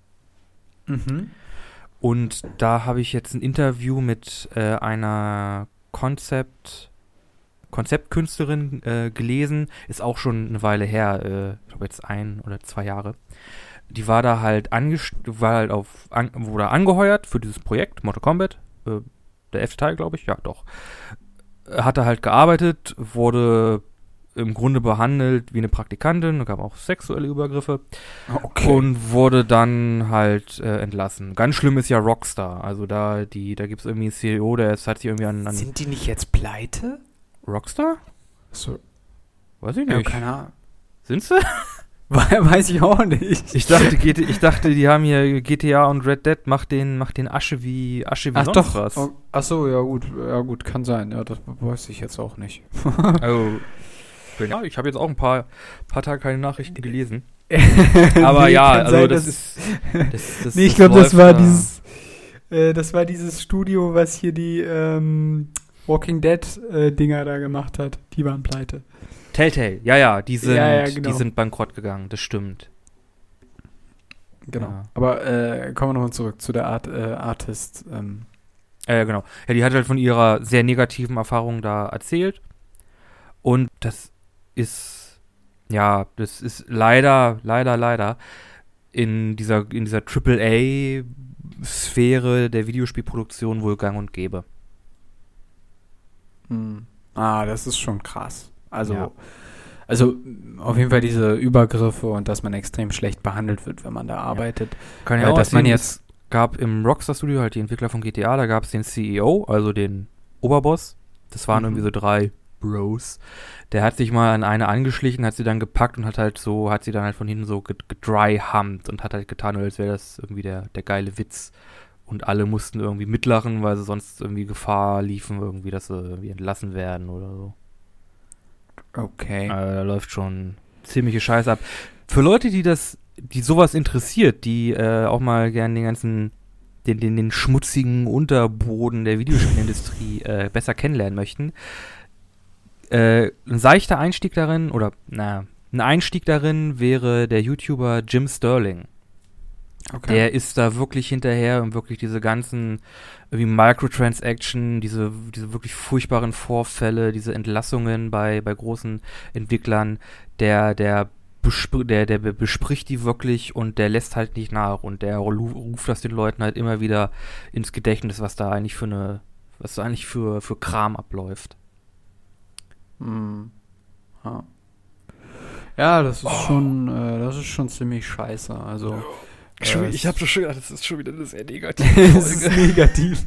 Mhm. Und da habe ich jetzt ein Interview mit äh, einer Konzept, Konzeptkünstlerin äh, gelesen. Ist auch schon eine Weile her, äh, ich glaube jetzt ein oder zwei Jahre. Die war da halt, angest- war halt auf, an- wurde angeheuert für dieses Projekt, Mortal Kombat. Äh, der elfte Teil, glaube ich, ja doch. Hatte halt gearbeitet, wurde im Grunde behandelt wie eine Praktikantin, da gab auch sexuelle Übergriffe okay. und wurde dann halt äh, entlassen. Ganz schlimm ist ja Rockstar, also da die, da gibt es irgendwie einen C E O, der ist, hat sich irgendwie an, an... Sind die nicht jetzt pleite? Rockstar? So. Weiß ich nicht. Ja, keine Ahnung. Sind sie? Weiß ich auch nicht. Ich dachte, ich dachte, die haben hier G T A und Red Dead, macht den, macht den Asche wie, Asche wie Ach sonst doch. was. Oh, ach so, ja gut, ja gut, kann sein. Ja, das weiß ich jetzt auch nicht. Also, ja, ich habe jetzt auch ein paar, paar Tage keine Nachrichten gelesen. Aber nee, ja, also sein, das ist... Das, das, nee, ich glaube, das war dieses äh, das war dieses Studio, was hier die ähm, Walking Dead äh, Dinger da gemacht hat. Die waren pleite. Telltale, ja, ja, die sind, ja, ja, genau. die sind bankrott gegangen, das stimmt. Genau. Ja. Aber äh, kommen wir nochmal zurück zu der Art, äh, Artist. Ähm. Äh, genau. Ja, die hat halt von ihrer sehr negativen Erfahrung da erzählt. Und das ist, ja, das ist leider, leider, leider in dieser, in dieser Triple A-Sphäre der Videospielproduktion wohl gang und gäbe. Hm. Ah, das ist schon krass. Also, ja. also auf jeden Fall diese Übergriffe und dass man extrem schlecht behandelt wird, wenn man da arbeitet. Ja. Kann ja äh, auch dass sehen, man jetzt es gab im Rockstar Studio halt die Entwickler von G T A, da gab es den C E O, also den Oberboss. Das waren mhm. irgendwie so drei Bros. Der hat sich mal an eine angeschlichen, hat sie dann gepackt und hat halt so, hat sie dann halt von hinten so gedry-humpt und hat halt getan, als wäre das irgendwie der, der geile Witz. Und alle mussten irgendwie mitlachen, weil sie sonst irgendwie Gefahr liefen, irgendwie, dass sie irgendwie entlassen werden oder so. Okay. Also da läuft schon ziemliche Scheiße ab. Für Leute, die das, die sowas interessiert, die äh, auch mal gerne den ganzen, den, den, den schmutzigen Unterboden der Videospielindustrie äh, besser kennenlernen möchten, äh, ein seichter Einstieg darin, oder na, ein Einstieg darin wäre der YouTuber Jim Sterling. Okay. Der ist da wirklich hinterher und wirklich diese ganzen irgendwie Microtransaction, diese, diese wirklich furchtbaren Vorfälle, diese Entlassungen bei, bei großen Entwicklern, der, der, bespr- der, der bespricht die wirklich und der lässt halt nicht nach und der ruft das den Leuten halt immer wieder ins Gedächtnis, was da eigentlich für eine, was da eigentlich für, für Kram abläuft. Hm. Ja. Ja, das ist oh. schon, äh, das ist schon ziemlich scheiße, also... Schon, ich habe schon gedacht, das ist schon wieder eine sehr negative Folge. Das ist negativ.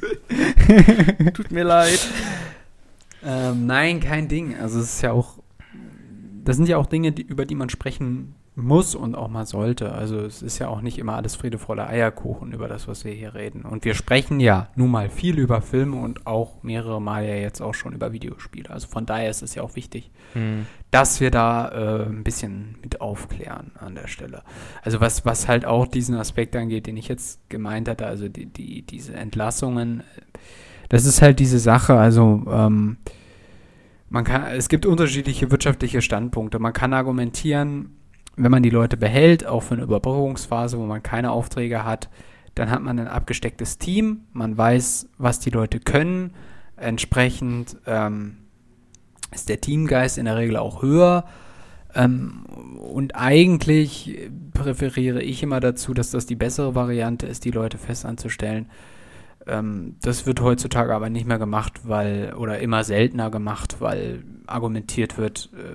Tut mir leid. Ähm, nein, kein Ding. Also es ist ja auch, das sind ja auch Dinge, die, über die man sprechen muss und auch mal sollte. Also es ist ja auch nicht immer alles Friede, Freude, Eierkuchen über das, was wir hier reden. Und wir sprechen ja nun mal viel über Filme und auch mehrere Mal ja jetzt auch schon über Videospiele. Also von daher ist es ja auch wichtig, hm. dass wir da äh, ein bisschen mit aufklären an der Stelle. Also was, was halt auch diesen Aspekt angeht, den ich jetzt gemeint hatte, also die, die, diese Entlassungen, das ist halt diese Sache, also ähm, man kann, es gibt unterschiedliche wirtschaftliche Standpunkte. Man kann argumentieren, wenn man die Leute behält, auch für eine Überbrückungsphase, wo man keine Aufträge hat, dann hat man ein abgestecktes Team, man weiß, was die Leute können, entsprechend ähm, ist der Teamgeist in der Regel auch höher ähm, und eigentlich präferiere ich immer dazu, dass das die bessere Variante ist, die Leute fest anzustellen. Ähm, das wird heutzutage aber nicht mehr gemacht, weil, oder immer seltener gemacht, weil argumentiert wird, äh,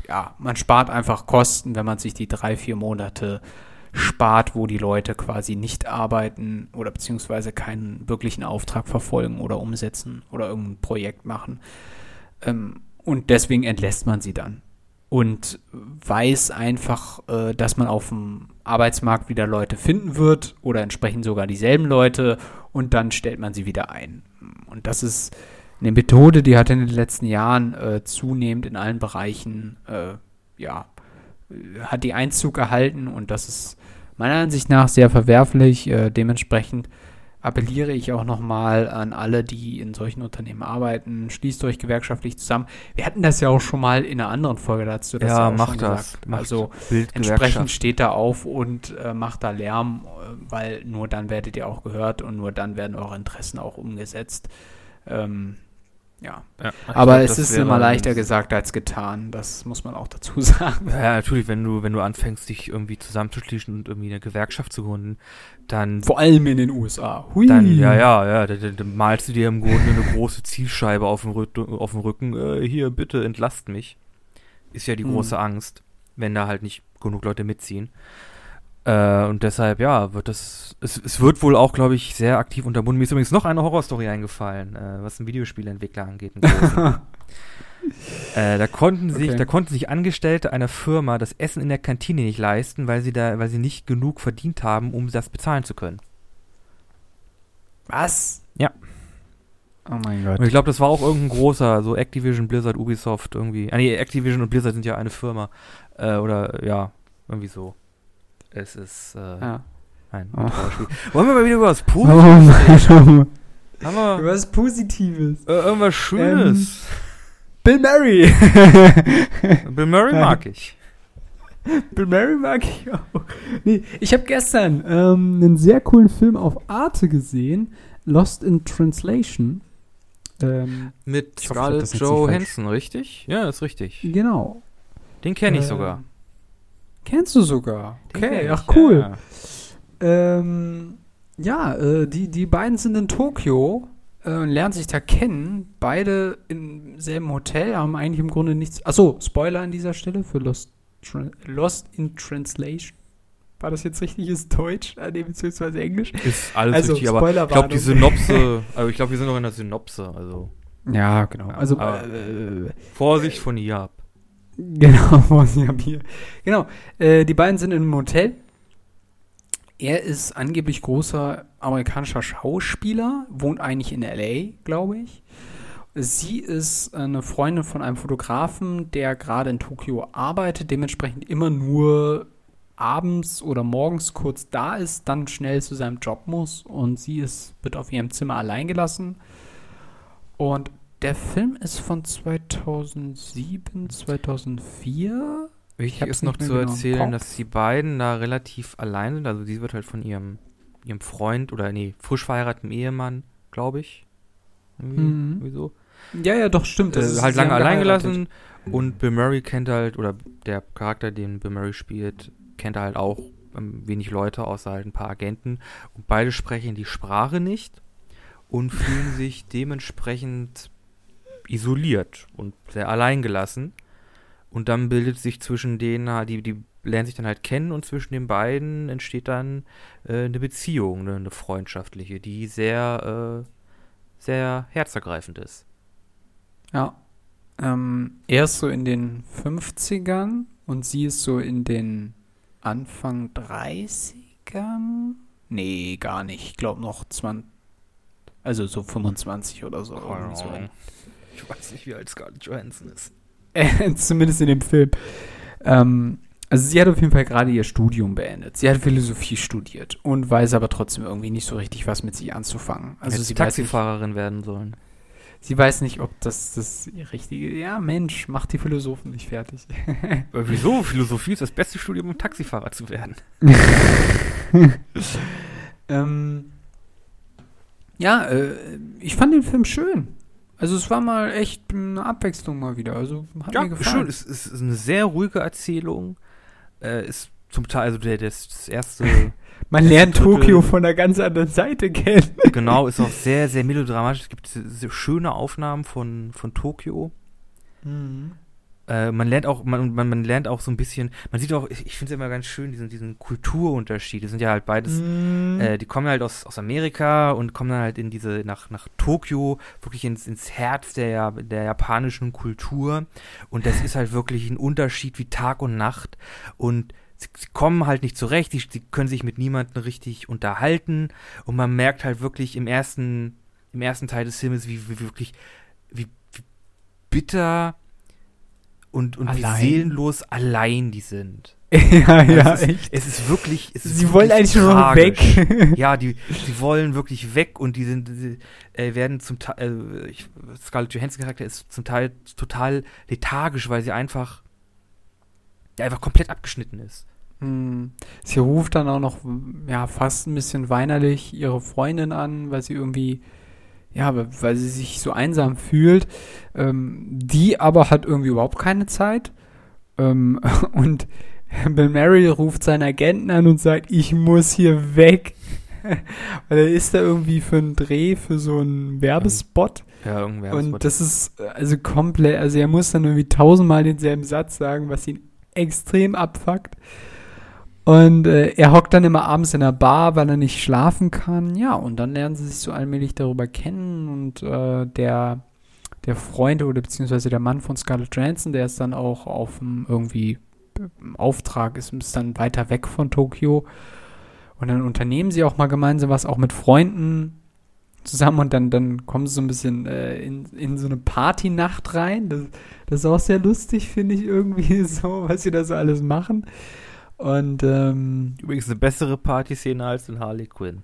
ja, man spart einfach Kosten, wenn man sich die drei, vier Monate spart, wo die Leute quasi nicht arbeiten oder beziehungsweise keinen wirklichen Auftrag verfolgen oder umsetzen oder irgendein Projekt machen. Ähm, und deswegen entlässt man sie dann. Und weiß einfach, äh, dass man auf dem Arbeitsmarkt wieder Leute finden wird oder entsprechend sogar dieselben Leute und dann stellt man sie wieder ein. Und das ist eine Methode, die hat in den letzten Jahren äh, zunehmend in allen Bereichen äh, ja, hat die Einzug erhalten und das ist meiner Ansicht nach sehr verwerflich. Äh, dementsprechend appelliere ich auch nochmal an alle, die in solchen Unternehmen arbeiten, schließt euch gewerkschaftlich zusammen. Wir hatten das ja auch schon mal in einer anderen Folge dazu. Das ja, auch macht schon das. Gesagt. Macht also Bild entsprechend steht da auf und äh, macht da Lärm, äh, weil nur dann werdet ihr auch gehört und nur dann werden eure Interessen auch umgesetzt. Ähm, ja, ja aber glaub, es ist immer leichter gesagt als getan, das muss man auch dazu sagen. Ja, natürlich, wenn du, wenn du anfängst, dich irgendwie zusammenzuschließen und irgendwie eine Gewerkschaft zu gründen, dann... Vor allem in den U S A. Hui. Dann, ja, ja, ja, dann, dann malst du dir im Grunde eine große Zielscheibe auf dem, Rück, auf dem Rücken, äh, hier, bitte, entlasst mich. Ist ja die hm. große Angst, wenn da halt nicht genug Leute mitziehen. Äh, und deshalb, ja, wird das, es, es wird wohl auch, glaube ich, sehr aktiv unterbunden. Mir ist übrigens noch eine Horrorstory eingefallen, äh, was einen Videospielentwickler angeht. äh, da konnten sich, okay. da konnten sich Angestellte einer Firma das Essen in der Kantine nicht leisten, weil sie da, weil sie nicht genug verdient haben, um das bezahlen zu können. Was? Ja. Oh mein Gott. Und ich glaube, das war auch irgendein großer, so Activision, Blizzard, Ubisoft irgendwie. Ah nee, Activision und Blizzard sind ja eine Firma. Äh, oder, ja, irgendwie so. Es ist äh, ja. ein oh. Trauerspiel. Wollen wir mal wieder über was Positives reden? Oh Haben wir über was Positives? Äh, irgendwas Schönes. Ähm, Bill Murray. Bill Murray mag ich. Bill Murray mag ich auch. Nee, ich habe gestern ähm, einen sehr coolen Film auf Arte gesehen. Lost in Translation. Ähm, Mit Scarlett Johansson, richtig? Ja, ist richtig. Genau. Den kenne ich äh, sogar. Kennst du sogar? Okay, ach cool. Ja, ähm, ja äh, die, die beiden sind in Tokio äh, und lernen sich da kennen. Beide im selben Hotel, haben eigentlich im Grunde nichts... Achso, Spoiler an dieser Stelle für Lost, Tra- Lost in Translation. War das jetzt richtig? Ist Deutsch? Ah, nee, beziehungsweise Englisch? Ist alles also, richtig, aber ich glaube, die Synopse... also ich glaube, wir sind noch in der Synopse, also... Ja, genau. Also, äh, Vorsicht von hier ab. Genau, Vorsicht ab hier. Genau, äh, die beiden sind in einem Hotel. Er ist angeblich großer amerikanischer Schauspieler, wohnt eigentlich in L A, glaube ich. Sie ist eine Freundin von einem Fotografen, der gerade in Tokio arbeitet, dementsprechend immer nur abends oder morgens kurz da ist, dann schnell zu seinem Job muss und sie ist, wird auf ihrem Zimmer allein gelassen. Und der Film ist von zweitausendsieben, zweitausendvier. Wichtig ist noch zu erzählen, dass die beiden da relativ allein sind. Also sie wird halt von ihrem, ihrem Freund oder nee, frisch verheirateten Ehemann, glaube ich. Irgendwie, mhm. irgendwie so. Ja, ja, doch, stimmt. Das äh, ist halt lange allein gelassen. Und Bill Murray kennt halt, oder der Charakter, den Bill Murray spielt, kennt halt auch ähm, wenig Leute, außer halt ein paar Agenten. Und beide sprechen die Sprache nicht und fühlen sich dementsprechend isoliert und sehr alleingelassen. Und dann bildet sich zwischen denen, die, die lernen sich dann halt kennen und zwischen den beiden entsteht dann äh, eine Beziehung, ne, eine freundschaftliche, die sehr, äh, sehr herzergreifend ist. Ja. Ähm, er ist so in den fünfzigern und sie ist so in den Anfang dreißigern? Nee, gar nicht. Ich glaube noch zwanzig, also so fünfundzwanzig oder so. Oh, so. Ich weiß nicht, wie alt Scarlett Johansson ist. Zumindest in dem Film. Ähm, also sie hat auf jeden Fall gerade ihr Studium beendet. Sie hat Philosophie studiert und weiß aber trotzdem irgendwie nicht so richtig, was mit sich anzufangen. Also Hätte sie Taxifahrerin werden sollen. Sie weiß nicht, ob das das richtige... Ja, Mensch, macht die Philosophen nicht fertig. Wieso? Philosophie ist das beste Studium, um Taxifahrer zu werden. ähm, ja, äh, ich fand den Film schön. Also es war mal echt eine Abwechslung mal wieder. Also hat ja, mir gefallen. Schön. Es ist eine sehr ruhige Erzählung. Äh, ist zum Teil, also der, das, das erste... Man lernt Tokio von einer ganz anderen Seite kennen. Genau, ist auch sehr, sehr melodramatisch. Es gibt sehr schöne Aufnahmen von, von Tokio. Mhm. äh, man lernt auch, man, man, man lernt auch so ein bisschen, man sieht auch, ich, ich finde es immer ganz schön, diesen, diesen Kulturunterschied. Das sind ja halt beides, mm. äh, die kommen halt aus, aus Amerika und kommen dann halt in diese, nach, nach Tokio, wirklich ins, ins Herz der, der japanischen Kultur. Und das ist halt wirklich ein Unterschied wie Tag und Nacht. Und sie, sie kommen halt nicht zurecht, sie, sie können sich mit niemandem richtig unterhalten. Und man merkt halt wirklich im ersten, im ersten Teil des Filmes, wie, wie wirklich, wie, wie bitter und, und wie seelenlos allein die sind. ja, also ja, es ist, echt. Es ist wirklich, es ist Sie wirklich wollen eigentlich nur noch weg. ja, die, die wollen wirklich weg und die sind, die, äh, werden zum Teil, äh, ich, Scarlett Johansson Charakter ist zum Teil total lethargisch, weil sie einfach, ja, einfach komplett abgeschnitten ist. Hm. Sie ruft dann auch noch, ja, fast ein bisschen weinerlich ihre Freundin an, weil sie irgendwie, ja, weil sie sich so einsam fühlt. Ähm, die aber hat irgendwie überhaupt keine Zeit. Ähm, und Bill Murray ruft seinen Agenten an und sagt, ich muss hier weg. Weil er ist da irgendwie für einen Dreh, für so einen Werbespot. Ja, irgendein Werbespot. Und das ist also komplett, also er muss dann irgendwie tausendmal denselben Satz sagen, was ihn extrem abfuckt. Und äh, er hockt dann immer abends in der Bar, weil er nicht schlafen kann. Ja, und dann lernen sie sich so allmählich darüber kennen. Und äh, der, der Freund oder beziehungsweise der Mann von Scarlett Johansson, der ist dann auch auf dem irgendwie im Auftrag, ist, ist dann weiter weg von Tokio. Und dann unternehmen sie auch mal gemeinsam was, auch mit Freunden zusammen. Und dann, dann kommen sie so ein bisschen äh, in, in so eine Partynacht rein. Das, das ist auch sehr lustig, finde ich irgendwie so, was sie da so alles machen. Und ähm, übrigens eine bessere Partyszene als in Harley Quinn.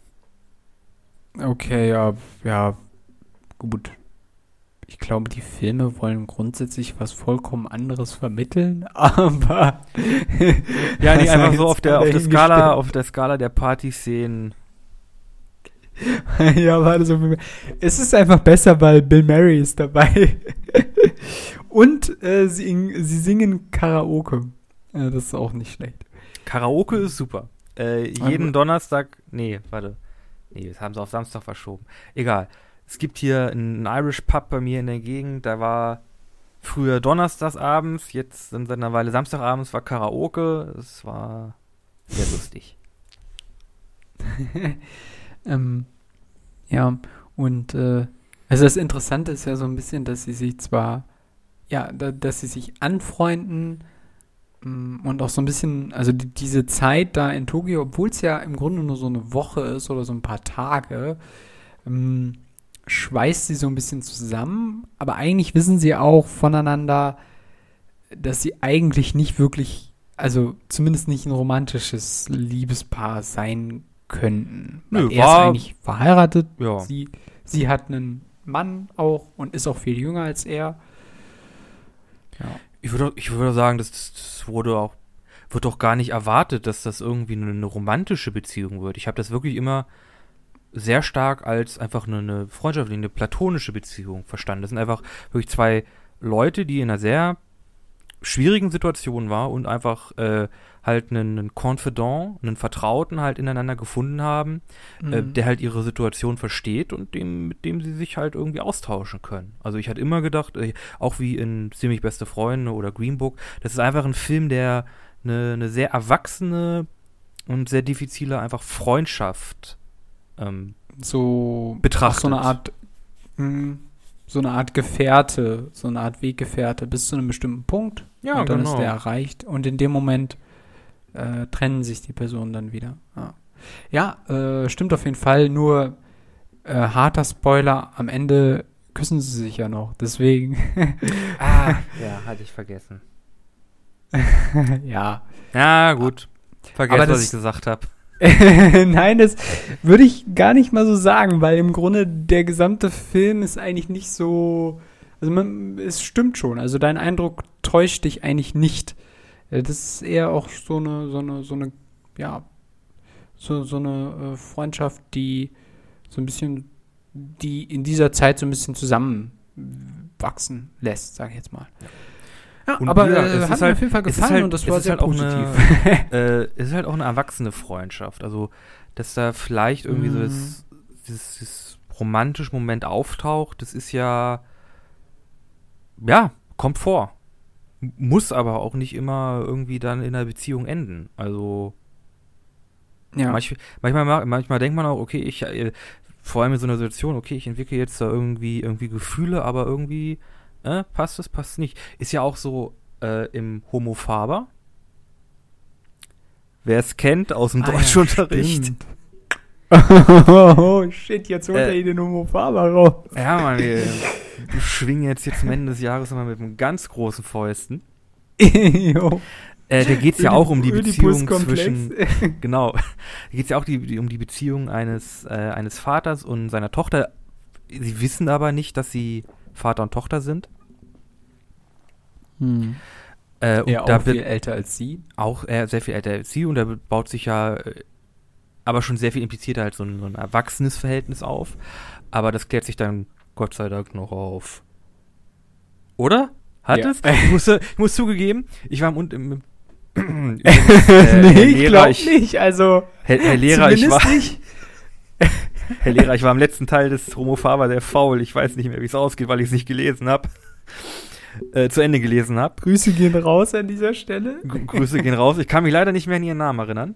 Okay, ja, ja, gut. Ich glaube, die Filme wollen grundsätzlich was vollkommen anderes vermitteln, aber ja, nicht einfach so auf der, auf der Skala, auf der Skala der Partyszenen. ja, warte so. Es ist einfach besser, weil Bill Murray ist dabei. Und äh, sie, sie singen Karaoke. Ja, das ist auch nicht schlecht. Karaoke ist super. Äh, jeden Aber Donnerstag, nee, warte. Nee, das haben sie auf Samstag verschoben. Egal. Es gibt hier einen Irish Pub bei mir in der Gegend, da war früher donnerstags abends, jetzt sind seit einer Weile Samstagabends war Karaoke. Es war sehr lustig. ähm, ja, und äh, also das Interessante ist ja so ein bisschen, dass sie sich zwar, ja, da, dass sie sich anfreunden, und auch so ein bisschen, also die, diese Zeit da in Tokio, obwohl es ja im Grunde nur so eine Woche ist oder so ein paar Tage, ähm, schweißt sie so ein bisschen zusammen. Aber eigentlich wissen sie auch voneinander, dass sie eigentlich nicht wirklich, also zumindest nicht ein romantisches Liebespaar sein könnten. Nö, er ist eigentlich verheiratet, ja. sie, sie hat einen Mann auch und ist auch viel jünger als er. Ja. Ich würde, ich würde sagen, das, das wurde auch, wird doch gar nicht erwartet, dass das irgendwie eine, eine romantische Beziehung wird. Ich habe das wirklich immer sehr stark als einfach eine, eine freundschaftliche, eine platonische Beziehung verstanden. Das sind einfach wirklich zwei Leute, die in einer sehr schwierigen Situation waren und einfach äh, halt einen, einen Confidant, einen Vertrauten halt ineinander gefunden haben, mhm. äh, der halt ihre Situation versteht und dem, mit dem sie sich halt irgendwie austauschen können. Also ich hatte immer gedacht, äh, auch wie in Ziemlich beste Freunde oder Green Book, das ist einfach ein Film, der eine, eine sehr erwachsene und sehr diffizile einfach Freundschaft ähm, so betrachtet. So eine Art mh, so eine Art Gefährte, so eine Art Weggefährte bis zu einem bestimmten Punkt. Ja, und dann genau. ist der erreicht. Und in dem Moment äh, trennen sich die Personen dann wieder. Ja, ja äh, stimmt auf jeden Fall. Nur äh, harter Spoiler, am Ende küssen sie sich ja noch. Deswegen. ah, ja, hatte ich vergessen. ja. Ja, gut. Vergesst, das, was ich gesagt habe. Nein, das würde ich gar nicht mal so sagen, weil im Grunde der gesamte Film ist eigentlich nicht so, also man, es stimmt schon, also dein Eindruck täuscht dich eigentlich nicht. Das ist eher auch so eine, so eine, so eine, ja, so, so eine äh, Freundschaft, die so ein bisschen, die in dieser Zeit so ein bisschen zusammenwachsen lässt, sage ich jetzt mal. Ja, und aber ja, äh, es hat ist mir halt, auf jeden Fall gefallen halt, und das war sehr halt positiv. Eine, äh, es ist halt auch eine erwachsene Freundschaft. Also, dass da vielleicht irgendwie mm. so das, dieses, dieses romantische Moment auftaucht, das ist ja, ja, kommt vor. muss aber auch nicht immer irgendwie dann in einer Beziehung enden. Also Ja. manch, manchmal, manchmal denkt man auch, okay, ich, äh, vor allem in so einer Situation, okay, ich entwickle jetzt da irgendwie, irgendwie Gefühle, aber irgendwie äh, passt es, passt es nicht. Ist ja auch so äh, im Homo Faber. Wer es kennt aus dem Ah, Deutschunterricht. Ja, oh shit, jetzt holt Äh, er ihn den Homo Faber raus. Ja, Mann, wir, wir schwingen jetzt hier zum Ende des Jahres immer mit einem ganz großen Fäusten. Jo. Äh, da geht es ja Ödip- auch um die Beziehung Oedipus-Komplex. zwischen, genau, da geht es ja auch die, die, um die Beziehung eines, äh, eines Vaters und seiner Tochter. Sie wissen aber nicht, dass sie Vater und Tochter sind. Hm. Äh, und Er da auch viel wird älter als sie. auch er sehr viel älter als sie und da baut sich ja äh, aber schon sehr viel implizierter halt so ein, so ein erwachsenes Verhältnis auf. Aber das klärt sich dann Gott sei Dank noch auf. Oder? Hat Ja. es? Ich, musste, ich muss zugegeben, ich war im, und im, im übrigens, äh, nee, Herr ich Lehrer, glaube ich, nicht. Also, Herr, Herr Lehrer, ich zumindest war, nicht. Herr Lehrer, ich war im letzten Teil des Homo Faber sehr faul. Ich weiß nicht mehr, wie es ausgeht, weil ich es nicht gelesen habe. Äh, zu Ende gelesen habe. Grüße gehen raus an dieser Stelle. G- Grüße gehen raus. Ich kann mich leider nicht mehr an ihren Namen erinnern.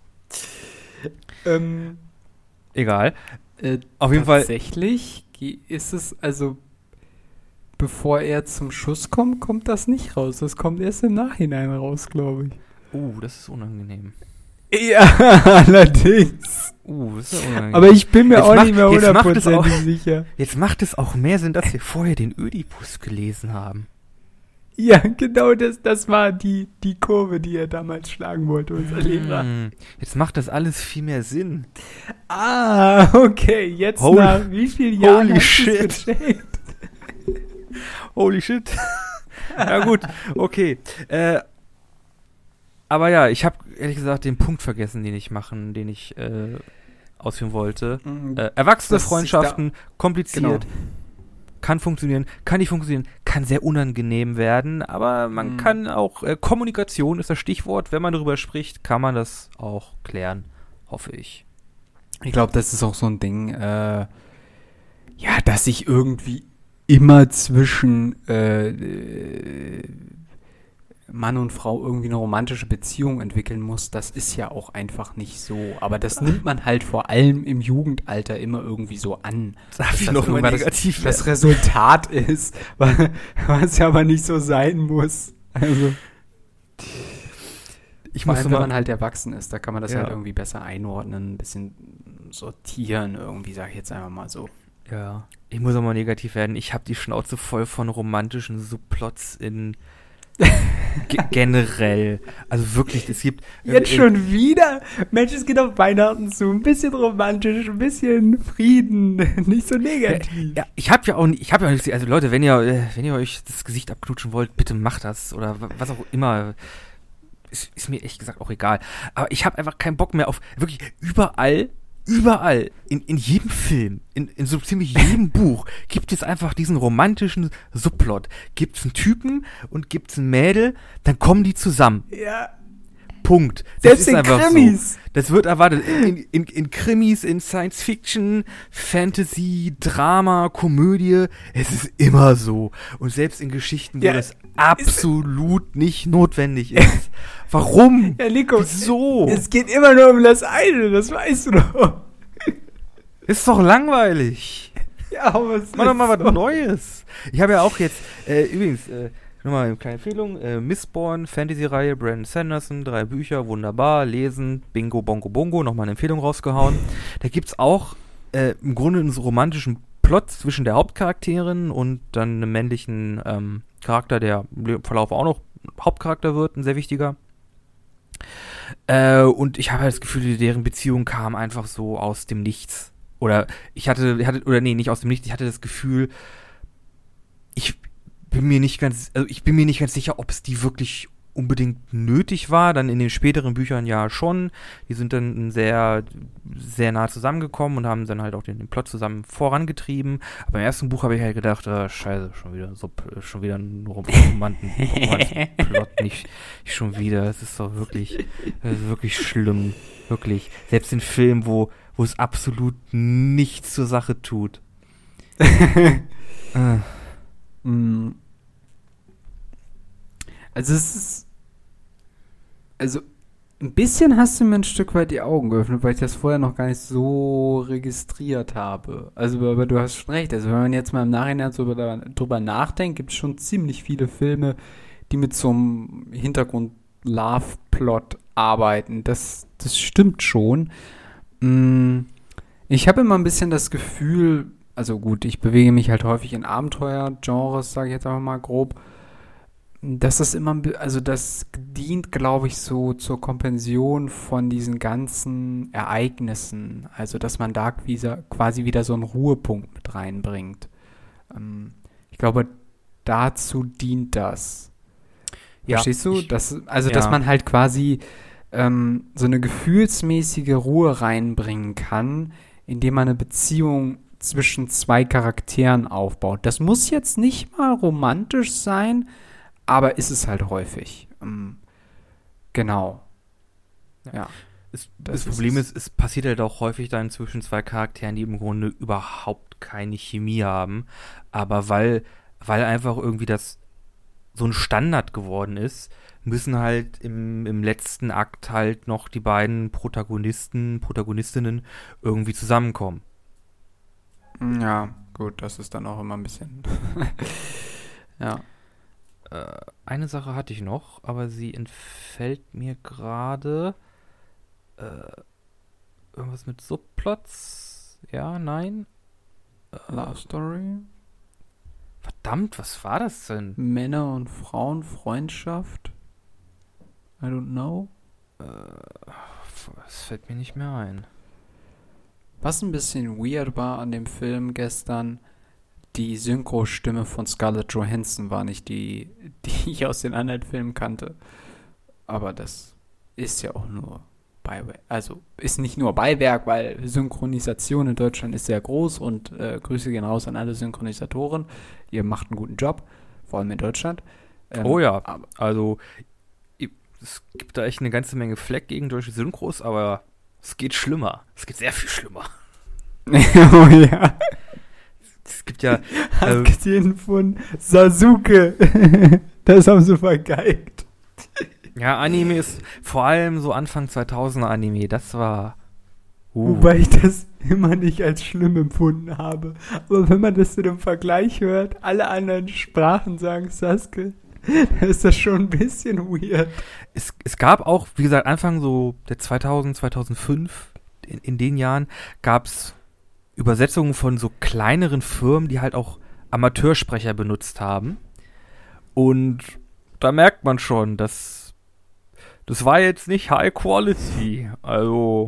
Ähm, Egal. äh, Auf jeden Fall. Tatsächlich ge- ist es, also, bevor er zum Schuss kommt, kommt das nicht raus. Das kommt erst im Nachhinein raus, glaube ich. Uh, das ist unangenehm. Ja, allerdings. Uh, das ist ja unangenehm. Aber ich bin mir Jetzt auch macht- nicht mehr jetzt macht es auch- hundertprozentig sicher. Jetzt macht es auch mehr Sinn, dass wir vorher den Ödipus gelesen haben. Ja, genau, das, das war die, die Kurve, die er damals schlagen wollte, unser Lehrer. Hm, Jetzt macht das alles viel mehr Sinn. Ah, okay, jetzt Holy- nach wie vielen Jahren holy hast shit. du's gecheckt? Holy shit. Ja gut, okay. Äh, aber ja, ich habe ehrlich gesagt den Punkt vergessen, den ich machen, den ich äh, ausführen wollte. Mhm. Äh, erwachsene Das- Freundschaften, kompliziert, Genau. kann funktionieren, kann nicht funktionieren, kann sehr unangenehm werden, aber man Mhm. kann auch, äh, Kommunikation ist das Stichwort, wenn man darüber spricht, kann man das auch klären, hoffe ich. Ich glaube, das ist auch so ein Ding, äh, ja, dass sich irgendwie immer zwischen äh, äh, Mann und Frau irgendwie eine romantische Beziehung entwickeln muss, das ist ja auch einfach nicht so. Aber das nimmt man halt vor allem im Jugendalter immer irgendwie so an. Darf Dass ich das noch mal irgendwann negativ das, das Resultat ist, wa- was ja aber nicht so sein muss. Also, Ich vor muss allem, noch wenn mal, man halt erwachsen ist, da kann man das Ja. halt irgendwie besser einordnen, ein bisschen sortieren, irgendwie, sag ich jetzt einfach mal so. ja, ich muss auch mal negativ werden. Ich habe die Schnauze voll von romantischen Subplots in ge- generell. Also wirklich, es gibt Jetzt äh, schon wieder? Mensch, es geht auf Weihnachten zu. Ein bisschen romantisch, ein bisschen Frieden. Nicht so negativ. Ja, ich habe ja auch nicht, ich habe ja auch nicht, also Leute, wenn ihr, äh, wenn ihr euch das Gesicht abknutschen wollt, bitte macht das oder wa- was auch immer. Ist, ist mir ehrlich gesagt auch egal. Aber ich habe einfach keinen Bock mehr auf, wirklich überall, überall, in, in jedem Film, in, in so ziemlich jedem Buch, gibt es einfach diesen romantischen Subplot. Gibt es einen Typen und gibt es ein Mädel, dann kommen die zusammen. Ja. Punkt. Selbst in Krimis. So. Das wird erwartet. In, in, in Krimis, in Science Fiction, Fantasy, Drama, Komödie. Es ist immer so. Und selbst in Geschichten, wo Ja, das absolut nicht notwendig ist. Warum? Ja, Nico, Wieso? es geht immer nur um das eine, das weißt du doch. Ist doch langweilig. Ja, aber es Mach doch ist mal was so. Neues. Ich habe ja auch jetzt, äh, übrigens, äh, nochmal eine kleine Empfehlung, äh, Mistborn, Fantasy-Reihe, Brandon Sanderson, drei Bücher, wunderbar, lesen, Bingo, Bongo, Bongo, nochmal eine Empfehlung rausgehauen. Da gibt's auch äh, im Grunde einen so romantischen Plot zwischen der Hauptcharakterin und dann einem männlichen ähm, Charakter, der im Verlauf auch noch Hauptcharakter wird, ein sehr wichtiger. Äh, und ich habe halt das Gefühl, deren Beziehung kam einfach so aus dem Nichts. Oder ich hatte, ich hatte, oder nee, nicht aus dem Nichts, ich hatte das Gefühl, ich bin mir nicht ganz, also ich bin mir nicht ganz sicher, ob es die wirklich unbedingt nötig war, dann in den späteren Büchern ja schon. Die sind dann sehr, sehr nah zusammengekommen und haben dann halt auch den, den Plot zusammen vorangetrieben. Aber im ersten Buch habe ich halt gedacht, äh, scheiße, schon wieder so, schon wieder ein Romanten, Romantenplot, nicht, nicht schon wieder. Es ist doch wirklich, das ist wirklich schlimm, wirklich. Selbst in Filmen, wo, wo es absolut nichts zur Sache tut. äh. Mm. Also es ist, also ein bisschen hast du mir ein Stück weit die Augen geöffnet, weil ich das vorher noch gar nicht so registriert habe. Also, aber du hast schon recht. Also, wenn man jetzt mal im Nachhinein so drüber, drüber nachdenkt, gibt es schon ziemlich viele Filme, die mit so einem Hintergrund-Love-Plot arbeiten. Das, das stimmt schon. Ich habe immer ein bisschen das Gefühl, also gut, ich bewege mich halt häufig in Abenteuer-Genres, sage ich jetzt einfach mal grob. Das ist immer, also das dient, glaube ich, so zur Kompension von diesen ganzen Ereignissen. Also, dass man da quasi wieder so einen Ruhepunkt mit reinbringt. Ähm, ich glaube, dazu dient das. Ja, Verstehst du? Ich, das, also, ja. dass man halt quasi ähm, so eine gefühlsmäßige Ruhe reinbringen kann, indem man eine Beziehung zwischen zwei Charakteren aufbaut. Das muss jetzt nicht mal romantisch sein, aber ist es halt häufig. Ähm, genau. Ja. ja. Es, das, das Problem ist, es passiert halt auch häufig dann zwischen zwei Charakteren, die im Grunde überhaupt keine Chemie haben. Aber weil, weil einfach irgendwie das so ein Standard geworden ist, müssen halt im, im letzten Akt halt noch die beiden Protagonisten, Protagonistinnen irgendwie zusammenkommen. Ja, gut, das ist dann auch immer ein bisschen. Ja. Eine Sache hatte ich noch, aber sie entfällt mir gerade. Äh, irgendwas mit Subplots? Ja, nein? Äh, Love Story? Verdammt, was war das denn? Männer- und Frauenfreundschaft? I don't know. Äh, das fällt mir nicht mehr ein. Was ein bisschen weird war an dem Film gestern, die Synchro-Stimme von Scarlett Johansson war nicht die, die ich aus den anderen Filmen kannte. Aber das ist ja auch nur Beiwerk. Also ist nicht nur Beiwerk, weil Synchronisation in Deutschland ist sehr groß und äh, Grüße gehen raus an alle Synchronisatoren. Ihr macht einen guten Job, vor allem in Deutschland. Ähm, oh ja, also es gibt da echt eine ganze Menge Fleck gegen deutsche Synchros, aber es geht schlimmer. Es geht sehr viel schlimmer. Oh ja. Es gibt ja... Hast ähm, gesehen von Sasuke. Das haben sie vergeigt. Ja, Anime ist vor allem so Anfang zweitausender Anime. Das war... Uh. Wobei ich das immer nicht als schlimm empfunden habe. Aber wenn man das in dem Vergleich hört, alle anderen Sprachen sagen Sasuke, dann ist das schon ein bisschen weird. Es, es gab auch, wie gesagt, Anfang so der zweitausend, zweitausendfünf, in, in den Jahren, gab es Übersetzungen von so kleineren Firmen, die halt auch Amateursprecher benutzt haben. Und da merkt man schon, dass das war jetzt nicht High Quality. Also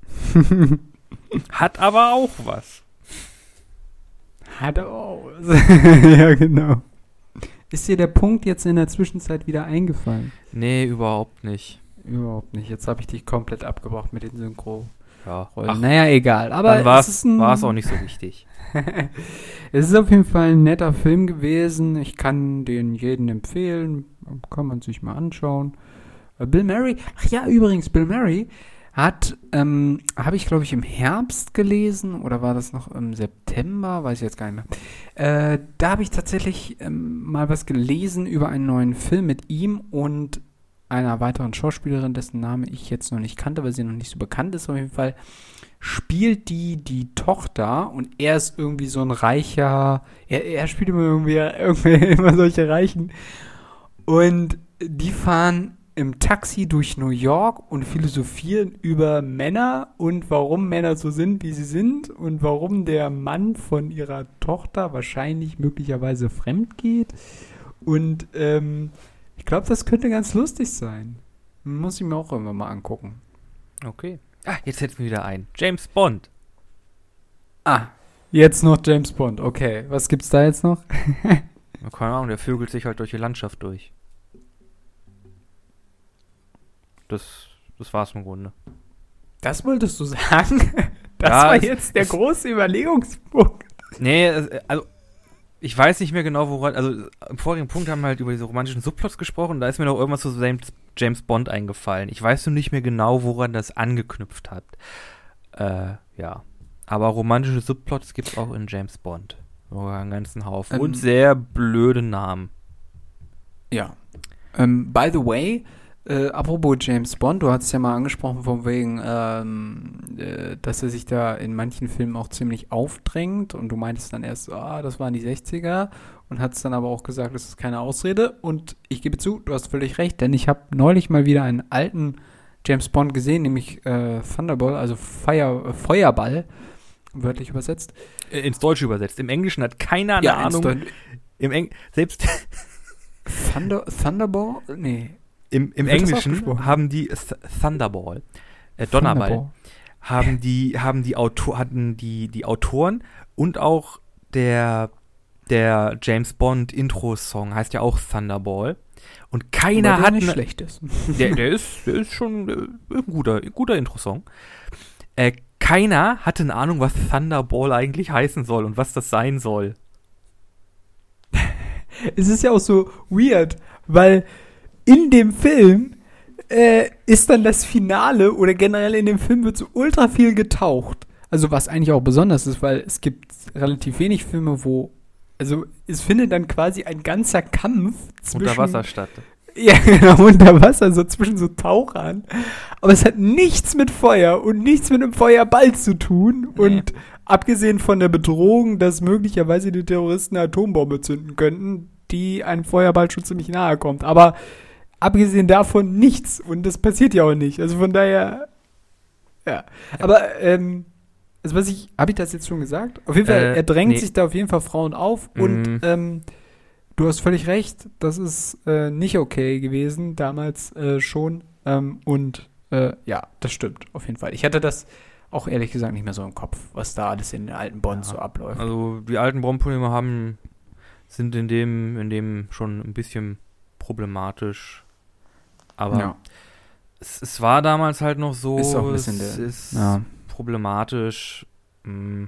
hat aber auch was. Hat aber auch was. Ja, genau. Ist dir der Punkt jetzt in der Zwischenzeit wieder eingefallen? Nee, überhaupt nicht. Überhaupt nicht. Jetzt habe ich dich komplett abgebracht mit den Synchro. Ja. Ach, naja, egal. Aber dann war es auch nicht so wichtig. Es ist auf jeden Fall ein netter Film gewesen. Ich kann den jedem empfehlen. Kann man sich mal anschauen. Bill Murray. Ach ja, übrigens, Bill Murray hat, ähm, habe ich glaube ich im Herbst gelesen oder war das noch im September? Weiß ich jetzt gar nicht mehr. Äh, da habe ich tatsächlich ähm, mal was gelesen über einen neuen Film mit ihm und einer weiteren Schauspielerin, dessen Name ich jetzt noch nicht kannte, weil sie noch nicht so bekannt ist. Auf jeden Fall spielt die die Tochter und er ist irgendwie so ein reicher, er, er spielt immer irgendwie, irgendwie immer solche Reichen und die fahren im Taxi durch New York und philosophieren über Männer und warum Männer so sind, wie sie sind und warum der Mann von ihrer Tochter wahrscheinlich möglicherweise fremd geht. Und ähm, ich glaube, das könnte ganz lustig sein. Muss ich mir auch irgendwann mal angucken. Okay. Ah, jetzt fällt mir wieder ein. James Bond. Ah, jetzt noch James Bond. Okay, was gibt's da jetzt noch? Keine Ahnung, der vögelt sich halt durch die Landschaft durch. Das, das war's im Grunde. Das wolltest du sagen? Das ja, war es, jetzt der es, große Überlegungspunkt. Nee, also ich weiß nicht mehr genau, woran, also im vorigen Punkt haben wir halt über diese romantischen Subplots gesprochen, da ist mir noch irgendwas zu James, James Bond eingefallen. Ich weiß nur nicht mehr genau, woran das angeknüpft hat. Äh, ja. Aber romantische Subplots gibt es auch in James Bond. Sogar einen ganzen Haufen. Ähm, Und sehr blöde Namen. Ja. Ähm, by the way, äh, apropos James Bond, du hast ja mal angesprochen von wegen, ähm, äh, dass er sich da in manchen Filmen auch ziemlich aufdrängt und du meintest dann erst, ah, das waren die sechziger und hast dann aber auch gesagt, das ist keine Ausrede und ich gebe zu, du hast völlig recht, denn ich habe neulich mal wieder einen alten James Bond gesehen, nämlich äh, Thunderball, also Feuer, äh, Feuerball, wörtlich übersetzt. Ins Deutsche übersetzt. Im Englischen hat keiner eine Ja, Ahnung. Deu- Im Eng selbst Thunder, Thunderball? Nee. im, im Wie wird das Englischen ausgesprochen? haben die Th- Thunderball, äh, Donnerball, Thunderball. haben die haben die Autor hatten die die Autoren und auch der der James Bond Intro Song heißt ja auch Thunderball und keiner Wobei der hat nicht ne- schlecht ist. der, der ist der ist schon äh, ein guter guter Intro Song. Äh, keiner hatte eine Ahnung, was Thunderball eigentlich heißen soll und was das sein soll. Es ist ja auch so weird, weil in dem Film äh, ist dann das Finale oder generell in dem Film wird so ultra viel getaucht. Also was eigentlich auch besonders ist, weil es gibt relativ wenig Filme, wo, also es findet dann quasi ein ganzer Kampf zwischen... Unter Wasser statt. Ja, genau, unter Wasser, so zwischen so Tauchern. Aber es hat nichts mit Feuer und nichts mit einem Feuerball zu tun. Nee. Und abgesehen von der Bedrohung, dass möglicherweise die Terroristen eine Atombombe zünden könnten, die einem Feuerball schon ziemlich nahe kommt. Aber abgesehen davon nichts. Und das passiert ja auch nicht. Also von daher, ja. Aber, ähm, also was ich, habe ich das jetzt schon gesagt? Auf jeden Fall, Äh, er drängt nee. sich da auf jeden Fall Frauen auf. Und, Mhm. ähm, du hast völlig recht, das ist äh, nicht okay gewesen, damals äh, schon. Ähm, und äh, ja, das stimmt, auf jeden Fall. Ich hatte das auch ehrlich gesagt nicht mehr so im Kopf, was da alles in den alten Bonds Ja. so abläuft. Also die alten Bond-Filme haben sind in dem in dem schon ein bisschen problematisch, aber ja, es, es war damals halt noch so, Ist auch ein bisschen es der- ist ja. problematisch. Mh.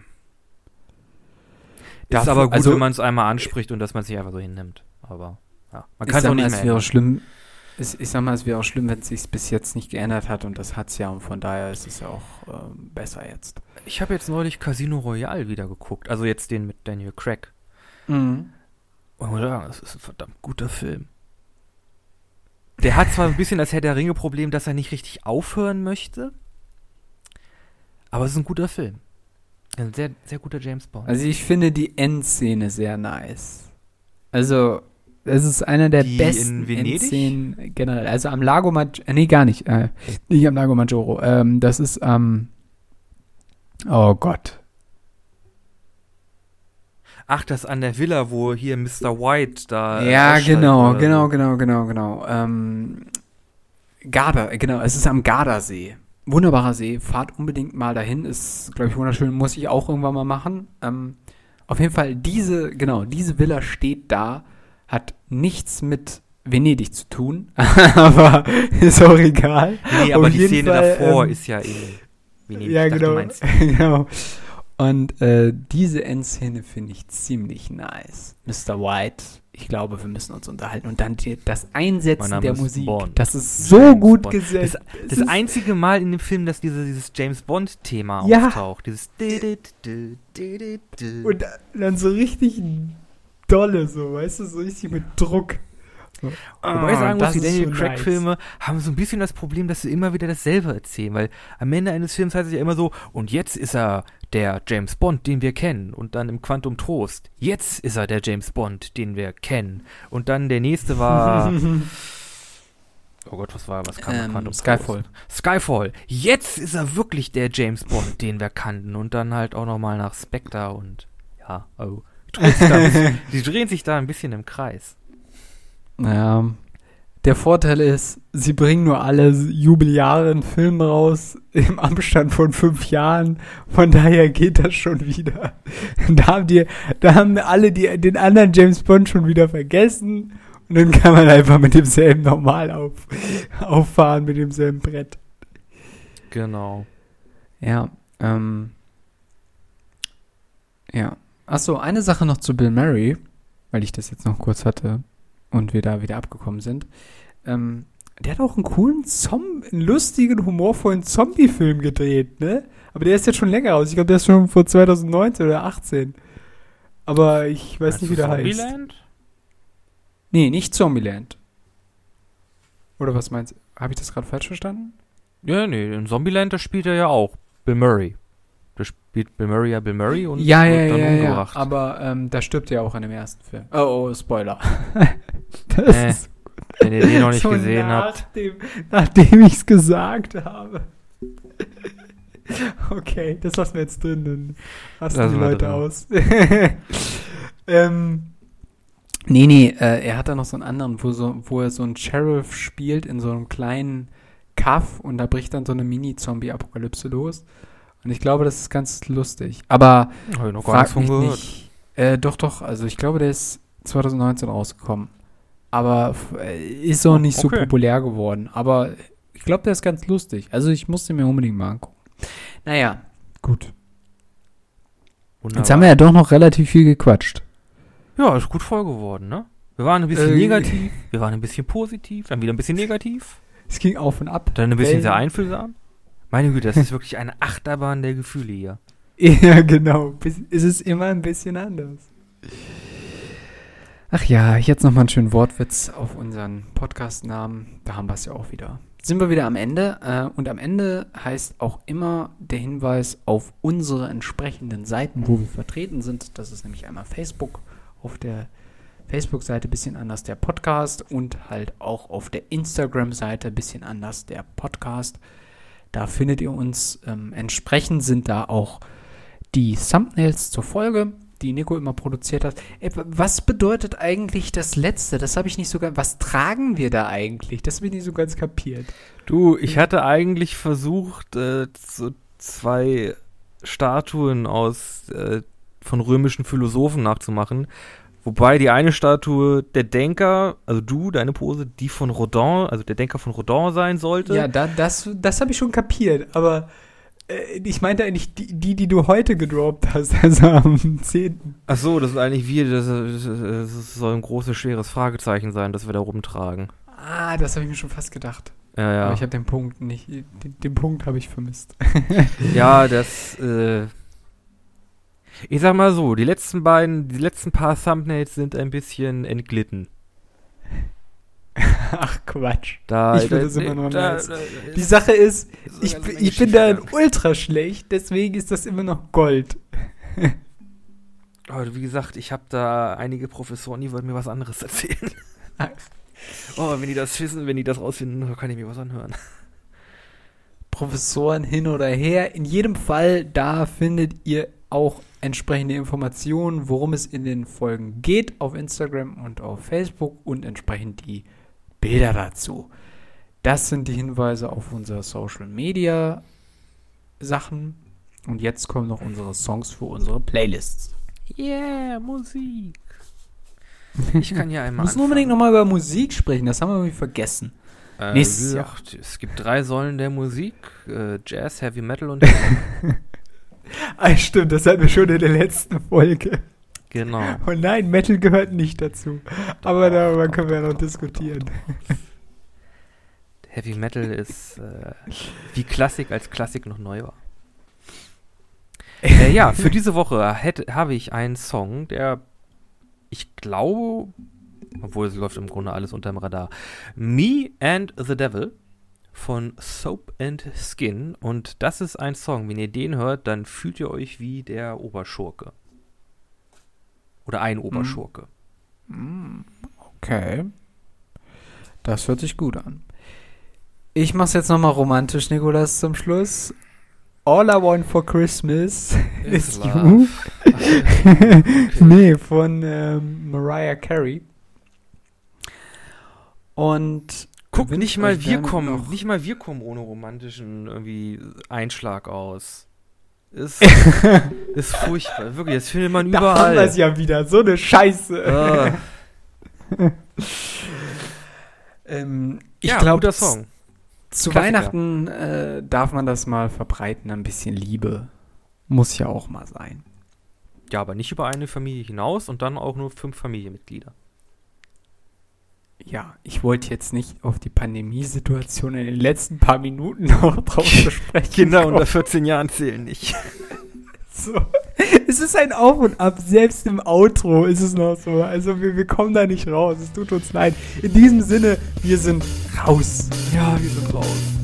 Ist Dafür- aber gut, also- wenn man es einmal anspricht und dass man es nicht einfach so hinnimmt. Aber ja, man ich kann es sag auch mal, nicht es mehr wäre ändern. schlimm. Es, ich sag mal, es wäre auch schlimm, wenn es sich bis jetzt nicht geändert hat und das hat es ja und von daher ist es ja auch ähm, besser jetzt. Ich habe jetzt neulich Casino Royale wieder geguckt, also jetzt den mit Daniel Craig. Mhm. Und ich muss sagen, das ist ein verdammt guter Film. Der hat zwar ein bisschen das Herr der Ringe-Problem, dass er nicht richtig aufhören möchte, aber es ist ein guter Film. Ein sehr, sehr guter James Bond. Also ich finde die Endszene sehr nice. Also es ist einer der Die besten in Venedig? Endszenen generell. Also am Lago Maggiore, nee, gar nicht. Äh, nicht am Lago Maggiore. Ähm, das ist am, oh Gott. Ach, das an der Villa, wo hier Mister White da. äh, ja, aussteigt genau, oder genau, so. genau, genau, genau. Ähm, Garda, genau, es ist am Gardasee. Wunderbarer See, fahrt unbedingt mal dahin, ist, glaube ich, wunderschön, muss ich auch irgendwann mal machen. Ähm, auf jeden Fall, diese, genau, diese Villa steht da, hat nichts mit Venedig zu tun, aber ist auch egal. Nee, aber Auf die jeden Szene Fall, davor ähm, ist ja in Venedig. Ja, Ich dachte, genau. du meinst- genau. Und äh, diese Endszene finde ich ziemlich nice. Mister White, ich glaube, wir müssen uns unterhalten. Und dann die, das Mein Einsetzen Name der ist Musik, Bond. das ist so James gut Bond. gesetzt. Das, Es das ist- einzige Mal in dem Film, dass diese, dieses James Bond-Thema Ja. auftaucht. Dieses. Und Und dann so richtig dolle, so, weißt du, so richtig mit Druck. So. Wobei ich sagen muss, das die ist Daniel schon Craig-Filme haben so ein bisschen das Problem, dass sie immer wieder dasselbe erzählen, weil am Ende eines Films heißt es ja immer so, und jetzt ist er der James Bond, den wir kennen, und dann im Quantum Trost, jetzt ist er der James Bond, den wir kennen, und dann der nächste war, oh Gott, was war, was kam nach Ähm, Quantum Skyfall. Trost? Skyfall, jetzt ist er wirklich der James Bond, den wir kannten, und dann halt auch nochmal nach Spectre und, ja, oh, die drehen sich da ein bisschen, die drehen sich da ein bisschen im Kreis. Naja, der Vorteil ist, sie bringen nur alle Jubeljahre einen Film raus im Abstand von fünf Jahren. Von daher geht das schon wieder. Da haben die, da haben alle die, den anderen James Bond schon wieder vergessen. Und dann kann man einfach mit demselben normal auf, auffahren, mit demselben Brett. Genau. Ja, ähm. Ja. Achso, eine Sache noch zu Bill Murray, weil ich das jetzt noch kurz hatte und wir da wieder abgekommen sind. Ähm, der hat auch einen coolen, Zom einen lustigen, humorvollen Zombie-Film gedreht, ne? Aber der ist jetzt schon länger raus. Ich glaube, der ist schon vor zwanzig neunzehn oder achtzehn. Aber ich weiß Meinst nicht, du wie der heißt. Zombieland? Nee, nicht Zombieland. Oder was meinst du? Habe ich das gerade falsch verstanden? Ja, nee, in Zombieland, da spielt er ja auch Bill Murray. Da spielt Bill Murray ja Bill Murray und ja, wird ja, dann ja, umgebracht. Ja, aber ähm, da stirbt er auch in dem ersten Film. Oh, oh, Spoiler. das äh, ist wenn ihr den noch nicht so gesehen nach habt. Dem, nachdem ich es gesagt habe. Okay, das lassen wir jetzt drin, dann rasten Lassen die wir Leute drin. aus. ähm, nee, nee, äh, er hat da noch so einen anderen, wo, so, wo er so einen Sheriff spielt in so einem kleinen Kaff und da bricht dann so eine Mini-Zombie-Apokalypse los. Und ich glaube, das ist ganz lustig. Aber Hab ich noch gar frag nichts von mich gehört. nicht. Äh, doch, doch, also ich glaube, der ist zwanzig neunzehn rausgekommen. Aber äh, ist auch nicht so okay. populär geworden. Aber ich glaube, der ist ganz lustig. Also ich musste mir unbedingt mal angucken. Naja, gut. Wunderbar. Jetzt haben wir ja doch noch relativ viel gequatscht. Ja, ist gut voll geworden, ne? Wir waren ein bisschen Äh, negativ, wir waren ein bisschen positiv, dann wieder ein bisschen negativ, Es ging auf und ab. dann ein bisschen Wellen. sehr einfühlsam. Meine Güte, das ist wirklich eine Achterbahn der Gefühle hier. Ja, genau. Bis- Es ist immer ein bisschen anders. Ach ja, jetzt nochmal einen schönen Wortwitz auf unseren Podcast-Namen. Da haben wir es ja auch wieder. Sind wir wieder am Ende. Äh, und am Ende heißt auch immer der Hinweis auf unsere entsprechenden Seiten, wo wir vertreten sind. Das ist nämlich einmal Facebook. Auf der Facebook-Seite ein bisschen anders der Podcast und halt auch auf der Instagram-Seite ein bisschen anders der Podcast. Da findet ihr uns. Ähm, entsprechend sind da auch die Thumbnails zur Folge, die Nico immer produziert hat. Ey, was bedeutet eigentlich das Letzte? Das habe ich nicht so ganz. Was tragen wir da eigentlich? Das habe ich nicht so ganz kapiert. Du, ich hatte eigentlich versucht, äh, so zwei Statuen aus äh, von römischen Philosophen nachzumachen. Wobei die eine Statue der Denker, also du, deine Pose, die von Rodin, also der Denker von Rodin sein sollte. Ja, da, das, das habe ich schon kapiert. Aber äh, ich meinte eigentlich die, die, die du heute gedroppt hast, also am zehnten Ach so, das ist eigentlich wir, das, das, das soll ein großes, schweres Fragezeichen sein, das wir da rumtragen. Ah, das habe ich mir schon fast gedacht. Ja, ja. Aber ich habe den Punkt nicht, den, den Punkt habe ich vermisst. Ja, das, äh, ich sag mal so, die letzten beiden, die letzten paar Thumbnails sind ein bisschen entglitten. Ach Quatsch. Da, Ich finde da, das immer noch da, nice. da, Die Sache ist, ist ich, eine ganze bin- Menge ich bin da schiefgegangen. ultra schlecht, deswegen ist das immer noch Gold. Aber wie gesagt, ich habe da einige Professoren, die wollten mir was anderes erzählen. Oh, wenn die das wissen, wenn die das rausfinden, kann ich mir was anhören. Professoren hin oder her. In jedem Fall, da findet ihr auch entsprechende Informationen, worum es in den Folgen geht, auf Instagram und auf Facebook und entsprechend die Bilder dazu. Das sind die Hinweise auf unsere Social Media Sachen. Und jetzt kommen noch unsere Songs für unsere Playlists. Yeah, Musik. Ich kann ja Wir einmal müssen unbedingt nochmal über Musik sprechen, das haben wir irgendwie vergessen. Äh, Nächstes wie Jahr. gesagt, es gibt drei Säulen der Musik: äh, Jazz, Heavy Metal und Ah, stimmt, das hatten wir schon in der letzten Folge. genau. Oh nein, Metal gehört nicht dazu. Aber Doch, darüber doch, können wir doch, noch doch, diskutieren. Heavy Metal ist äh, wie Klassik, als Klassik noch neu war. äh, ja, für diese Woche hätte, habe ich einen Song, der, ich glaube, obwohl es läuft im Grunde alles unterm Radar, Me and the Devil von Soap and Skin. Und das ist ein Song, wenn ihr den hört, dann fühlt ihr euch wie der Oberschurke. Oder ein Oberschurke. Okay. Das hört sich gut an. Ich mach's jetzt nochmal romantisch, Nikolas, zum Schluss. All I Want for Christmas Is is love. You. Nee, von ähm, Mariah Carey. Und Guck, wünscht nicht mal euch wir damit kommen, noch- nicht mal wir kommen ohne romantischen irgendwie Einschlag aus. Ist, ist furchtbar, wirklich, das findet man Da haben überall. wir es ja wieder, so eine Scheiße. Ah. ähm, ich Ja, glaube, guter Song. zu Klassiker. Weihnachten äh, darf man das mal verbreiten, ein bisschen Liebe. Muss ja auch mal sein. Ja, aber nicht über eine Familie hinaus und dann auch nur fünf Familienmitglieder. Ja, ich wollte jetzt nicht auf die Pandemiesituation in den letzten paar Minuten noch drauf zu sprechen Kinder kommen. unter vierzehn Jahren zählen nicht. So. Es ist ein Auf und Ab, selbst im Outro ist es noch so. Also wir, wir kommen da nicht raus, es tut uns leid. In diesem Sinne, wir sind raus. Ja, wir sind raus.